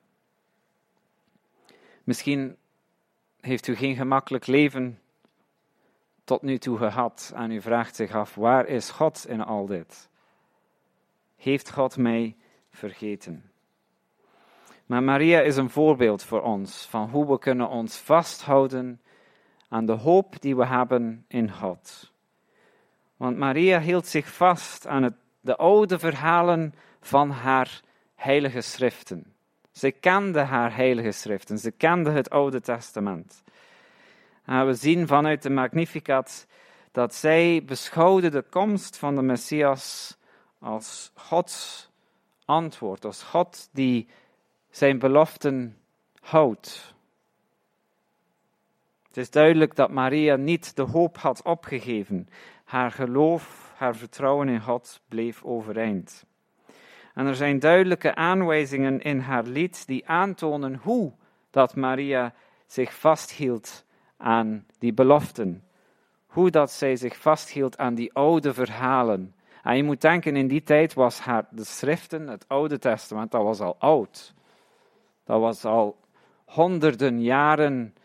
Misschien heeft u geen gemakkelijk leven tot nu toe gehad en u vraagt zich af, waar is God in al dit? Heeft God mij vergeten? Maar Maria is een voorbeeld voor ons van hoe we kunnen ons vasthouden aan de hoop die we hebben in God. Want Maria hield zich vast aan de oude verhalen van haar heilige schriften. Ze kende haar heilige schriften, ze kende het Oude Testament. En we zien vanuit de Magnificat dat zij beschouwde de komst van de Messias als Gods antwoord, als God die zijn beloften houdt. Het is duidelijk dat Maria niet de hoop had opgegeven. Haar geloof, haar vertrouwen in God bleef overeind. En er zijn duidelijke aanwijzingen in haar lied die aantonen hoe dat Maria zich vasthield aan die beloften. Hoe dat zij zich vasthield aan die oude verhalen. En je moet denken, in die tijd was de schriften, het Oude Testament, dat was al oud. Dat was al honderden jaren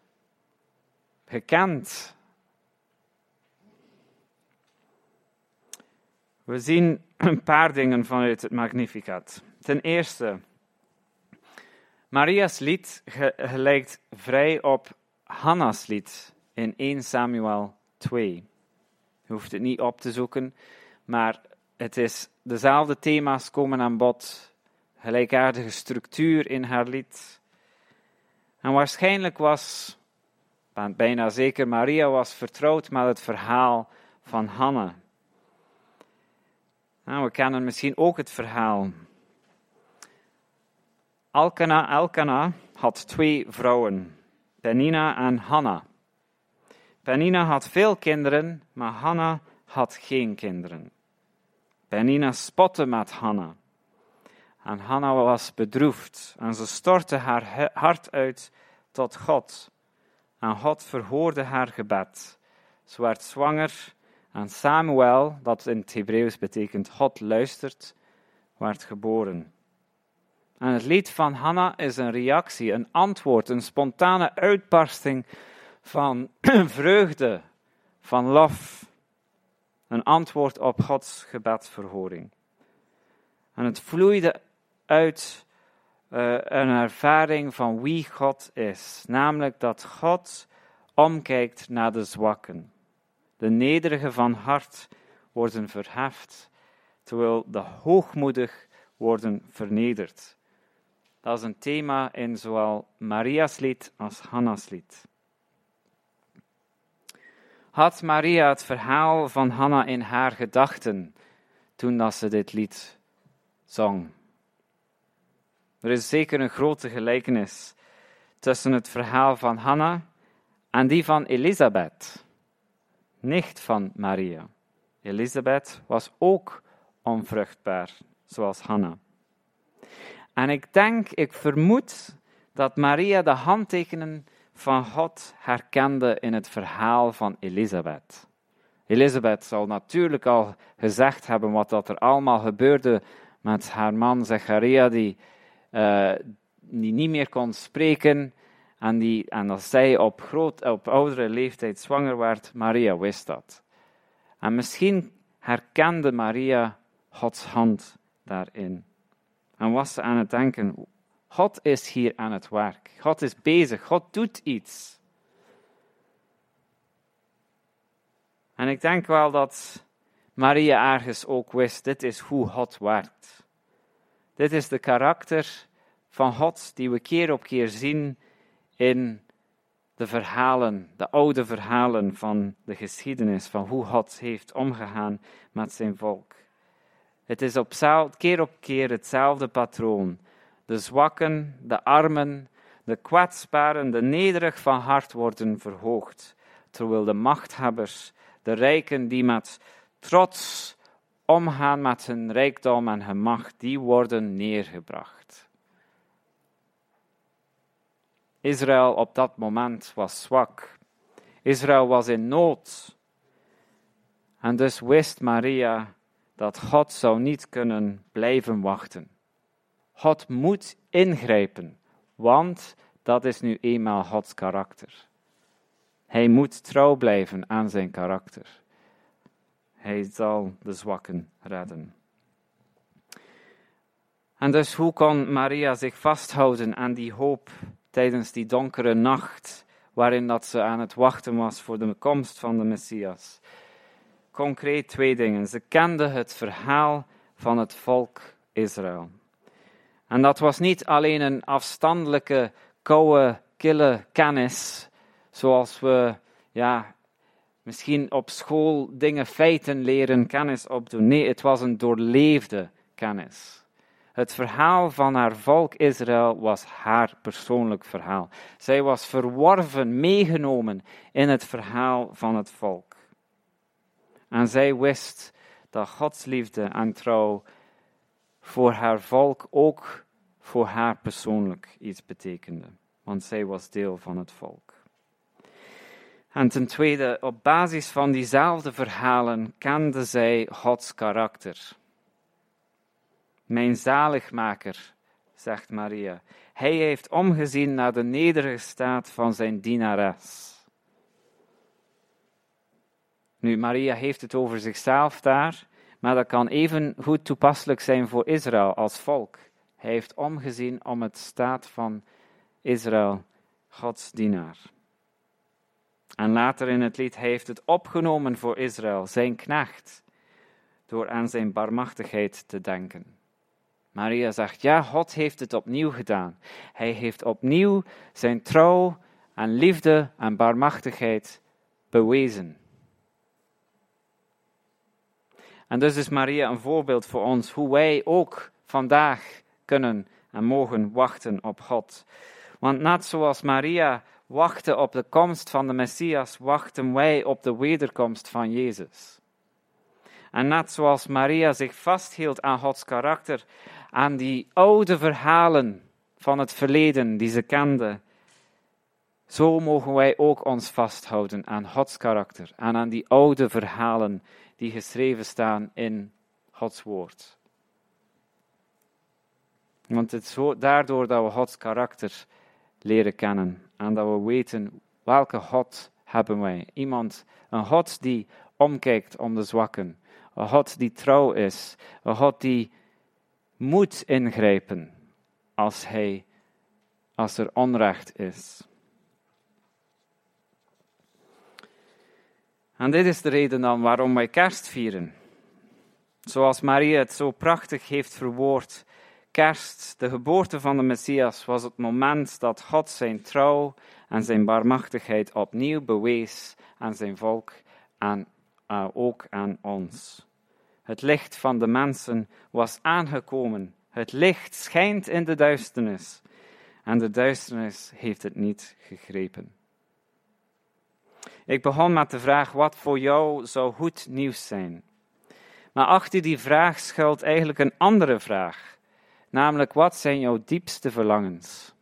gekend. We zien een paar dingen vanuit het Magnificat. Ten eerste, Maria's lied lijkt vrij op Hanna's lied in 1 Samuel 2. Je hoeft het niet op te zoeken, maar het is dezelfde thema's komen aan bod, gelijkaardige structuur in haar lied. En waarschijnlijk was, bijna zeker, Maria was vertrouwd met het verhaal van Hanna. Nou, we kennen misschien ook het verhaal. Elkana had 2 vrouwen, Penina en Hanna. Penina had veel kinderen, maar Hanna had geen kinderen. Penina spotte met Hanna. En Hanna was bedroefd en ze stortte haar hart uit tot God. En God verhoorde haar gebed. Ze werd zwanger en Samuel, dat in het Hebreeuws betekent God luistert, werd geboren. En het lied van Hanna is een reactie, een antwoord, een spontane uitbarsting van vreugde, van lof. Een antwoord op Gods gebedverhoring. En het vloeide uit een ervaring van wie God is. Namelijk dat God omkijkt naar de zwakken. De nederigen van hart worden verheft, terwijl de hoogmoedig worden vernederd. Dat is een thema in zowel Maria's lied als Hanna's lied. Had Maria het verhaal van Hanna in haar gedachten toen dat ze dit lied zong? Er is zeker een grote gelijkenis tussen het verhaal van Hanna en die van Elisabeth, nicht van Maria. Elisabeth was ook onvruchtbaar, zoals Hanna. En ik vermoed dat Maria de handtekenen van God herkende in het verhaal van Elisabeth. Elisabeth zal natuurlijk al gezegd hebben wat dat er allemaal gebeurde met haar man Zacharia, die niet meer kon spreken. En als zij op oudere leeftijd zwanger werd, Maria wist dat. En misschien herkende Maria Gods hand daarin. En was ze aan het denken, God is hier aan het werk. God is bezig, God doet iets. En ik denk wel dat Maria ergens ook wist, dit is hoe God werkt. Dit is de karakter van God die we keer op keer zien in de verhalen, de oude verhalen van de geschiedenis, van hoe God heeft omgegaan met zijn volk. Het is keer op keer hetzelfde patroon. De zwakken, de armen, de kwetsbaren, de nederig van hart worden verhoogd, terwijl de machthebbers, de rijken die met trots omgaan met hun rijkdom en hun macht, die worden neergebracht. Israël op dat moment was zwak. Israël was in nood. En dus wist Maria dat God zou niet kunnen blijven wachten. God moet ingrijpen, want dat is nu eenmaal Gods karakter. Hij moet trouw blijven aan zijn karakter. Hij zal de zwakken redden. En dus hoe kon Maria zich vasthouden aan die hoop tijdens die donkere nacht, waarin dat ze aan het wachten was voor de komst van de Messias? Concreet 2 dingen. Ze kende het verhaal van het volk Israël. En dat was niet alleen een afstandelijke, koude, kille kennis, zoals we misschien op school dingen, feiten leren, kennis opdoen. Nee, het was een doorleefde kennis. Het verhaal van haar volk Israël was haar persoonlijk verhaal. Zij was verworven, meegenomen in het verhaal van het volk. En zij wist dat Gods liefde en trouw voor haar volk ook voor haar persoonlijk iets betekende. Want zij was deel van het volk. En ten tweede, op basis van diezelfde verhalen kende zij Gods karakter. Mijn zaligmaker, zegt Maria. Hij heeft omgezien naar de nederige staat van zijn dienares. Nu, Maria heeft het over zichzelf daar, maar dat kan even goed toepasselijk zijn voor Israël als volk. Hij heeft omgezien om het staat van Israël, Gods dienaar. En later in het lied, hij heeft het opgenomen voor Israël, zijn knecht, door aan zijn barmachtigheid te denken. Maria zegt, ja, God heeft het opnieuw gedaan. Hij heeft opnieuw zijn trouw en liefde en barmachtigheid bewezen. En dus is Maria een voorbeeld voor ons hoe wij ook vandaag kunnen en mogen wachten op God. Want net zoals Maria wachtte op de komst van de Messias, wachten wij op de wederkomst van Jezus. En net zoals Maria zich vasthield aan Gods karakter, aan die oude verhalen van het verleden die ze kende, zo mogen wij ook ons vasthouden aan Gods karakter en aan die oude verhalen die geschreven staan in Gods woord. Want het is daardoor dat we Gods karakter leren kennen en dat we weten welke God hebben wij. Een God die omkijkt om de zwakken, een God die trouw is, een God die moet ingrijpen als er onrecht is. En dit is de reden dan waarom wij kerst vieren. Zoals Maria het zo prachtig heeft verwoord, kerst, de geboorte van de Messias, was het moment dat God zijn trouw en zijn barmachtigheid opnieuw bewees aan zijn volk en ook aan ons. Het licht van de mensen was aangekomen. Het licht schijnt in de duisternis en de duisternis heeft het niet gegrepen. Ik begon met de vraag, wat voor jou zou goed nieuws zijn? Maar achter die vraag schuilt eigenlijk een andere vraag. Namelijk, wat zijn jouw diepste verlangens?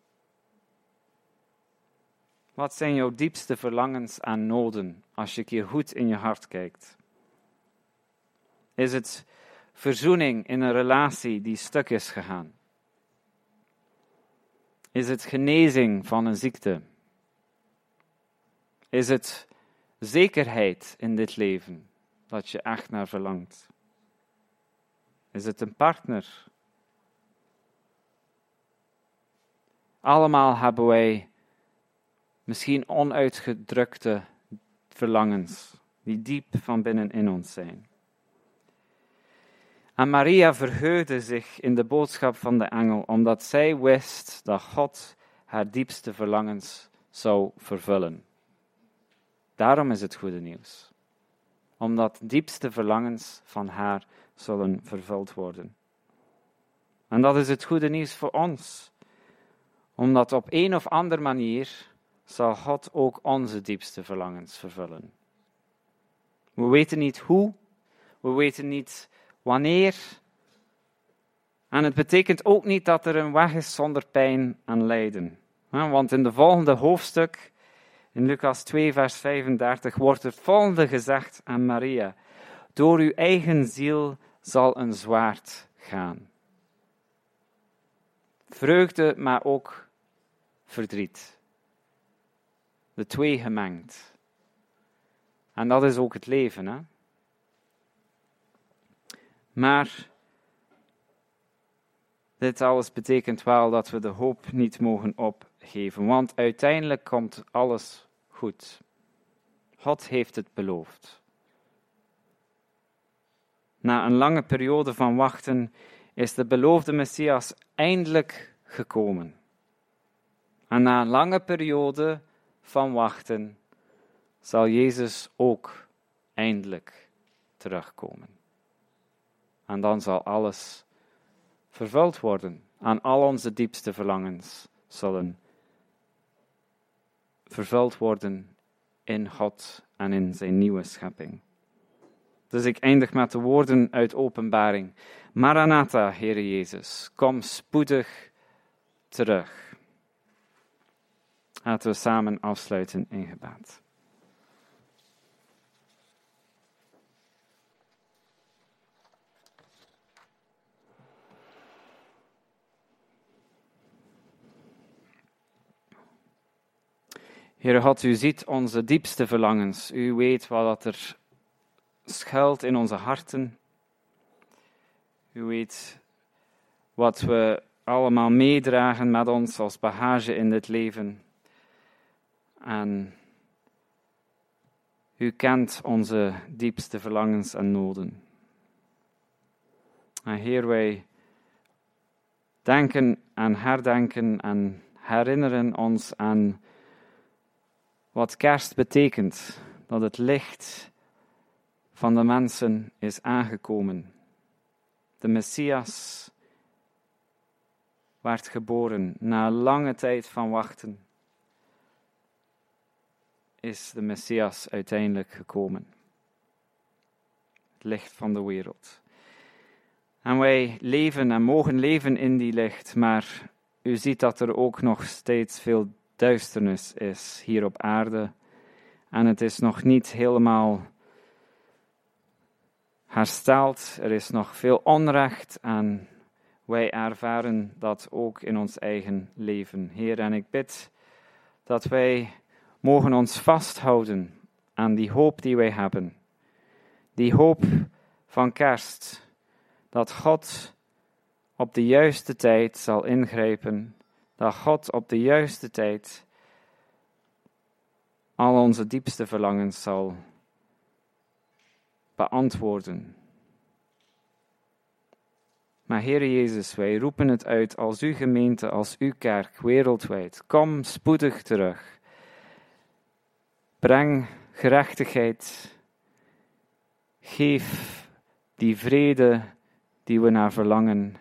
Wat zijn jouw diepste verlangens en noden als je een keer goed in je hart kijkt? Is het verzoening in een relatie die stuk is gegaan? Is het genezing van een ziekte? Is het zekerheid in dit leven dat je echt naar verlangt? Is het een partner? Allemaal hebben wij misschien onuitgedrukte verlangens die diep van binnen in ons zijn. En Maria verheugde zich in de boodschap van de engel, omdat zij wist dat God haar diepste verlangens zou vervullen. Daarom is het goede nieuws. Omdat diepste verlangens van haar zullen vervuld worden. En dat is het goede nieuws voor ons. Omdat op een of andere manier zal God ook onze diepste verlangens vervullen. We weten niet hoe, we weten niet wanneer. En het betekent ook niet dat er een weg is zonder pijn en lijden. Want in de volgende hoofdstuk, in Lucas 2 vers 35, wordt het volgende gezegd aan Maria. Door uw eigen ziel zal een zwaard gaan. Vreugde, maar ook verdriet. De twee gemengd. En dat is ook het leven, hè? Maar dit alles betekent wel dat we de hoop niet mogen opgeven, want uiteindelijk komt alles goed. God heeft het beloofd. Na een lange periode van wachten is de beloofde Messias eindelijk gekomen. En na een lange periode van wachten zal Jezus ook eindelijk terugkomen. En dan zal alles vervuld worden. En al onze diepste verlangens zullen vervuld worden in God en in zijn nieuwe schepping. Dus ik eindig met de woorden uit Openbaring. Maranatha, Heere Jezus, kom spoedig terug. Laten we samen afsluiten in gebed. Heere God, u ziet onze diepste verlangens. U weet wat er schuilt in onze harten. U weet wat we allemaal meedragen met ons als bagage in dit leven. En u kent onze diepste verlangens en noden. En Heer, wij denken en herdenken en herinneren ons aan wat kerst betekent, dat het licht van de mensen is aangekomen. De Messias werd geboren. Na een lange tijd van wachten is de Messias uiteindelijk gekomen. Het licht van de wereld. En wij leven en mogen leven in die licht, maar u ziet dat er ook nog steeds veel duisternis is hier op aarde. En het is nog niet helemaal hersteld. Er is nog veel onrecht en wij ervaren dat ook in ons eigen leven. Heer, en ik bid dat wij mogen ons vasthouden aan die hoop die wij hebben. Die hoop van kerst. Dat God op de juiste tijd zal ingrijpen. Dat God op de juiste tijd al onze diepste verlangens zal beantwoorden. Maar Heere Jezus, wij roepen het uit als uw gemeente, als uw kerk wereldwijd. Kom spoedig terug. Breng gerechtigheid. Geef die vrede die we naar verlangen.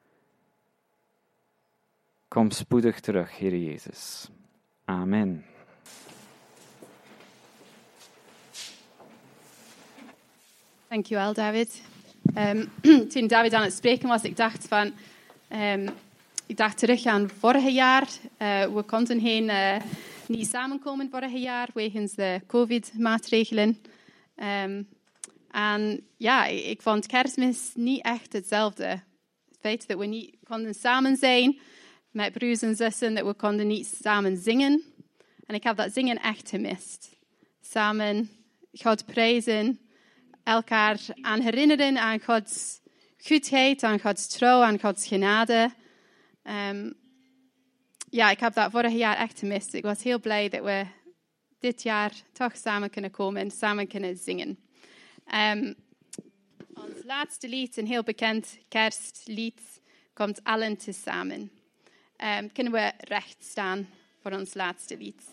Kom spoedig terug, Heere Jezus. Amen. Dankjewel, David. Toen David aan het spreken was, ik dacht terug aan vorig jaar. We konden niet samenkomen vorig jaar wegens de COVID-maatregelen. En ja, ik vond Kerstmis niet echt hetzelfde. Het feit dat we niet konden samen zijn met broers en zussen, dat we konden niet samen zingen. En ik heb dat zingen echt gemist. Samen God prijzen, elkaar aan herinneren aan Gods goedheid, aan Gods trouw, aan Gods genade. Ik heb dat vorig jaar echt gemist. Ik was heel blij dat we dit jaar toch samen kunnen komen en samen kunnen zingen. Ons laatste lied, een heel bekend kerstlied, komt allen tezamen. Kunnen we recht staan voor ons laatste lied?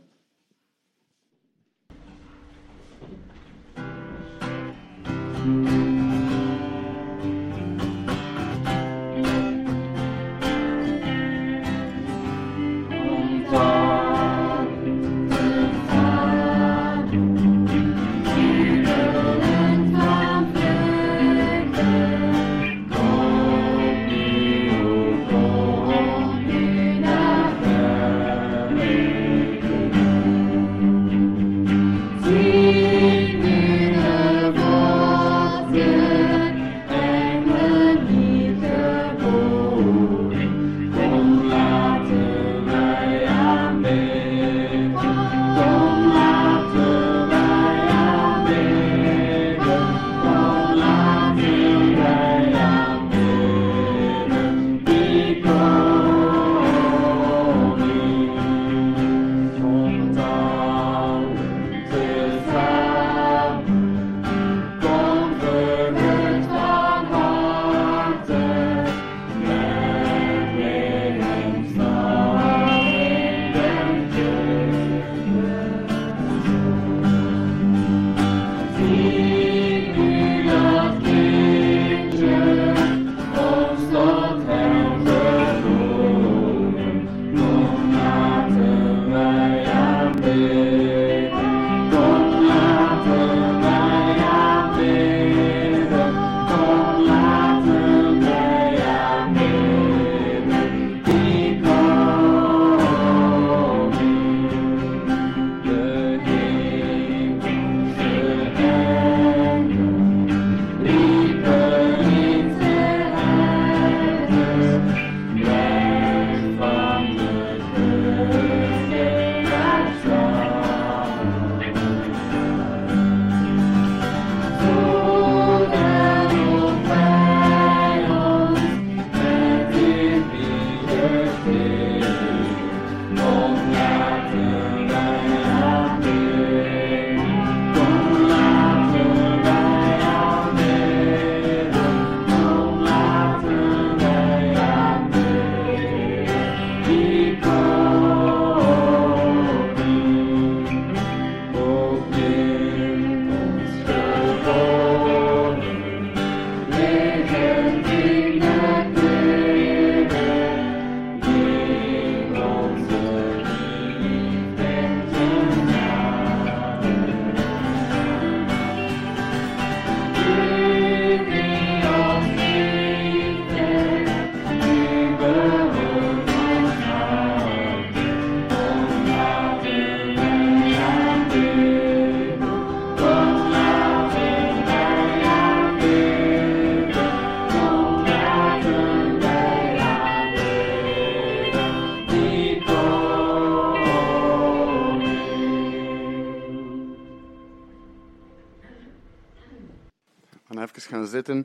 Even gaan zitten.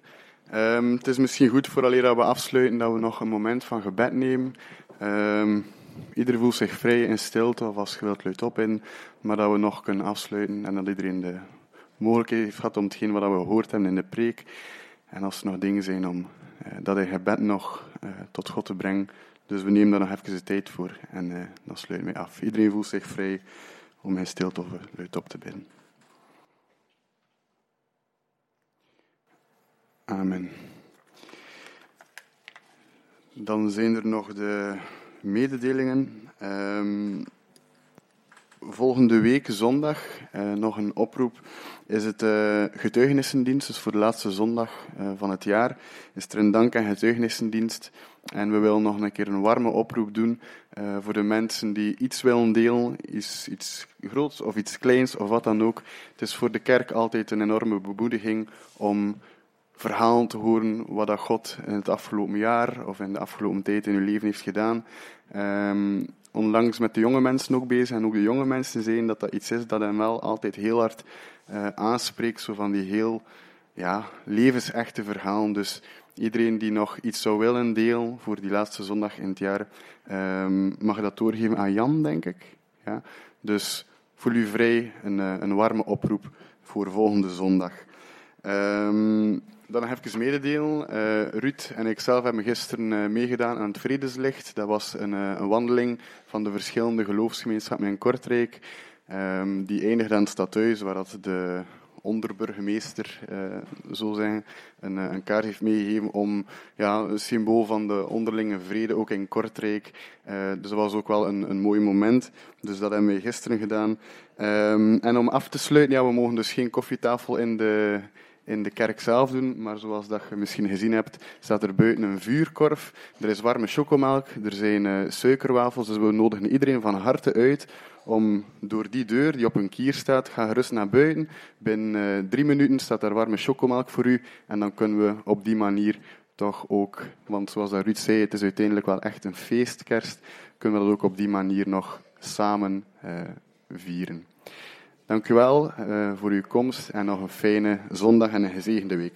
Het is misschien goed vooraleer we afsluiten dat we nog een moment van gebed nemen. Ieder voelt zich vrij in stilte of als je wilt luid op in, maar dat we nog kunnen afsluiten en dat iedereen de mogelijkheid heeft gehad om hetgeen wat we gehoord hebben in de preek. En als er nog dingen zijn om dat in gebed nog tot God te brengen. Dus we nemen daar nog even de tijd voor en dan sluiten we af. Iedereen voelt zich vrij om in stilte of luid op te bidden. Amen. Dan zijn er nog de mededelingen. Volgende week zondag nog een oproep is het getuigenissendienst. Dus voor de laatste zondag van het jaar is er een dank- en getuigenissendienst. En we willen nog een keer een warme oproep doen voor de mensen die iets willen delen, iets groots of iets kleins of wat dan ook. Het is voor de kerk altijd een enorme bemoediging om verhalen te horen wat dat God in het afgelopen jaar of in de afgelopen tijd in uw leven heeft gedaan. Onlangs met de jonge mensen ook bezig en ook de jonge mensen zien dat dat iets is dat hen wel altijd heel hard aanspreekt, zo van die heel levensechte verhalen. Dus iedereen die nog iets zou willen delen voor die laatste zondag in het jaar, mag dat doorgeven aan Jan, denk ik. Ja? Dus voel u vrij, een warme oproep voor volgende zondag. Dan nog even mededelen. Ruud en ik zelf hebben gisteren meegedaan aan het Vredeslicht. Dat was een wandeling van de verschillende geloofsgemeenschappen in Kortrijk. Die eindigde aan het stadhuis, waar dat de onderburgemeester, zo zeggen, een kaart heeft meegegeven om een symbool van de onderlinge vrede, ook in Kortrijk. Dus dat was ook wel een mooi moment. Dus dat hebben we gisteren gedaan. En om af te sluiten, we mogen dus geen koffietafel in de kerk zelf doen, maar zoals dat je misschien gezien hebt, staat er buiten een vuurkorf. Er is warme chocomelk, er zijn suikerwafels, dus we nodigen iedereen van harte uit om door die deur die op een kier staat, ga gerust naar buiten. Binnen 3 minuten staat daar warme chocomelk voor u en dan kunnen we op die manier toch ook, want zoals dat Ruud zei, het is uiteindelijk wel echt een feestkerst, kunnen we dat ook op die manier nog samen vieren. Dank u wel voor uw komst en nog een fijne zondag en een gezegende week.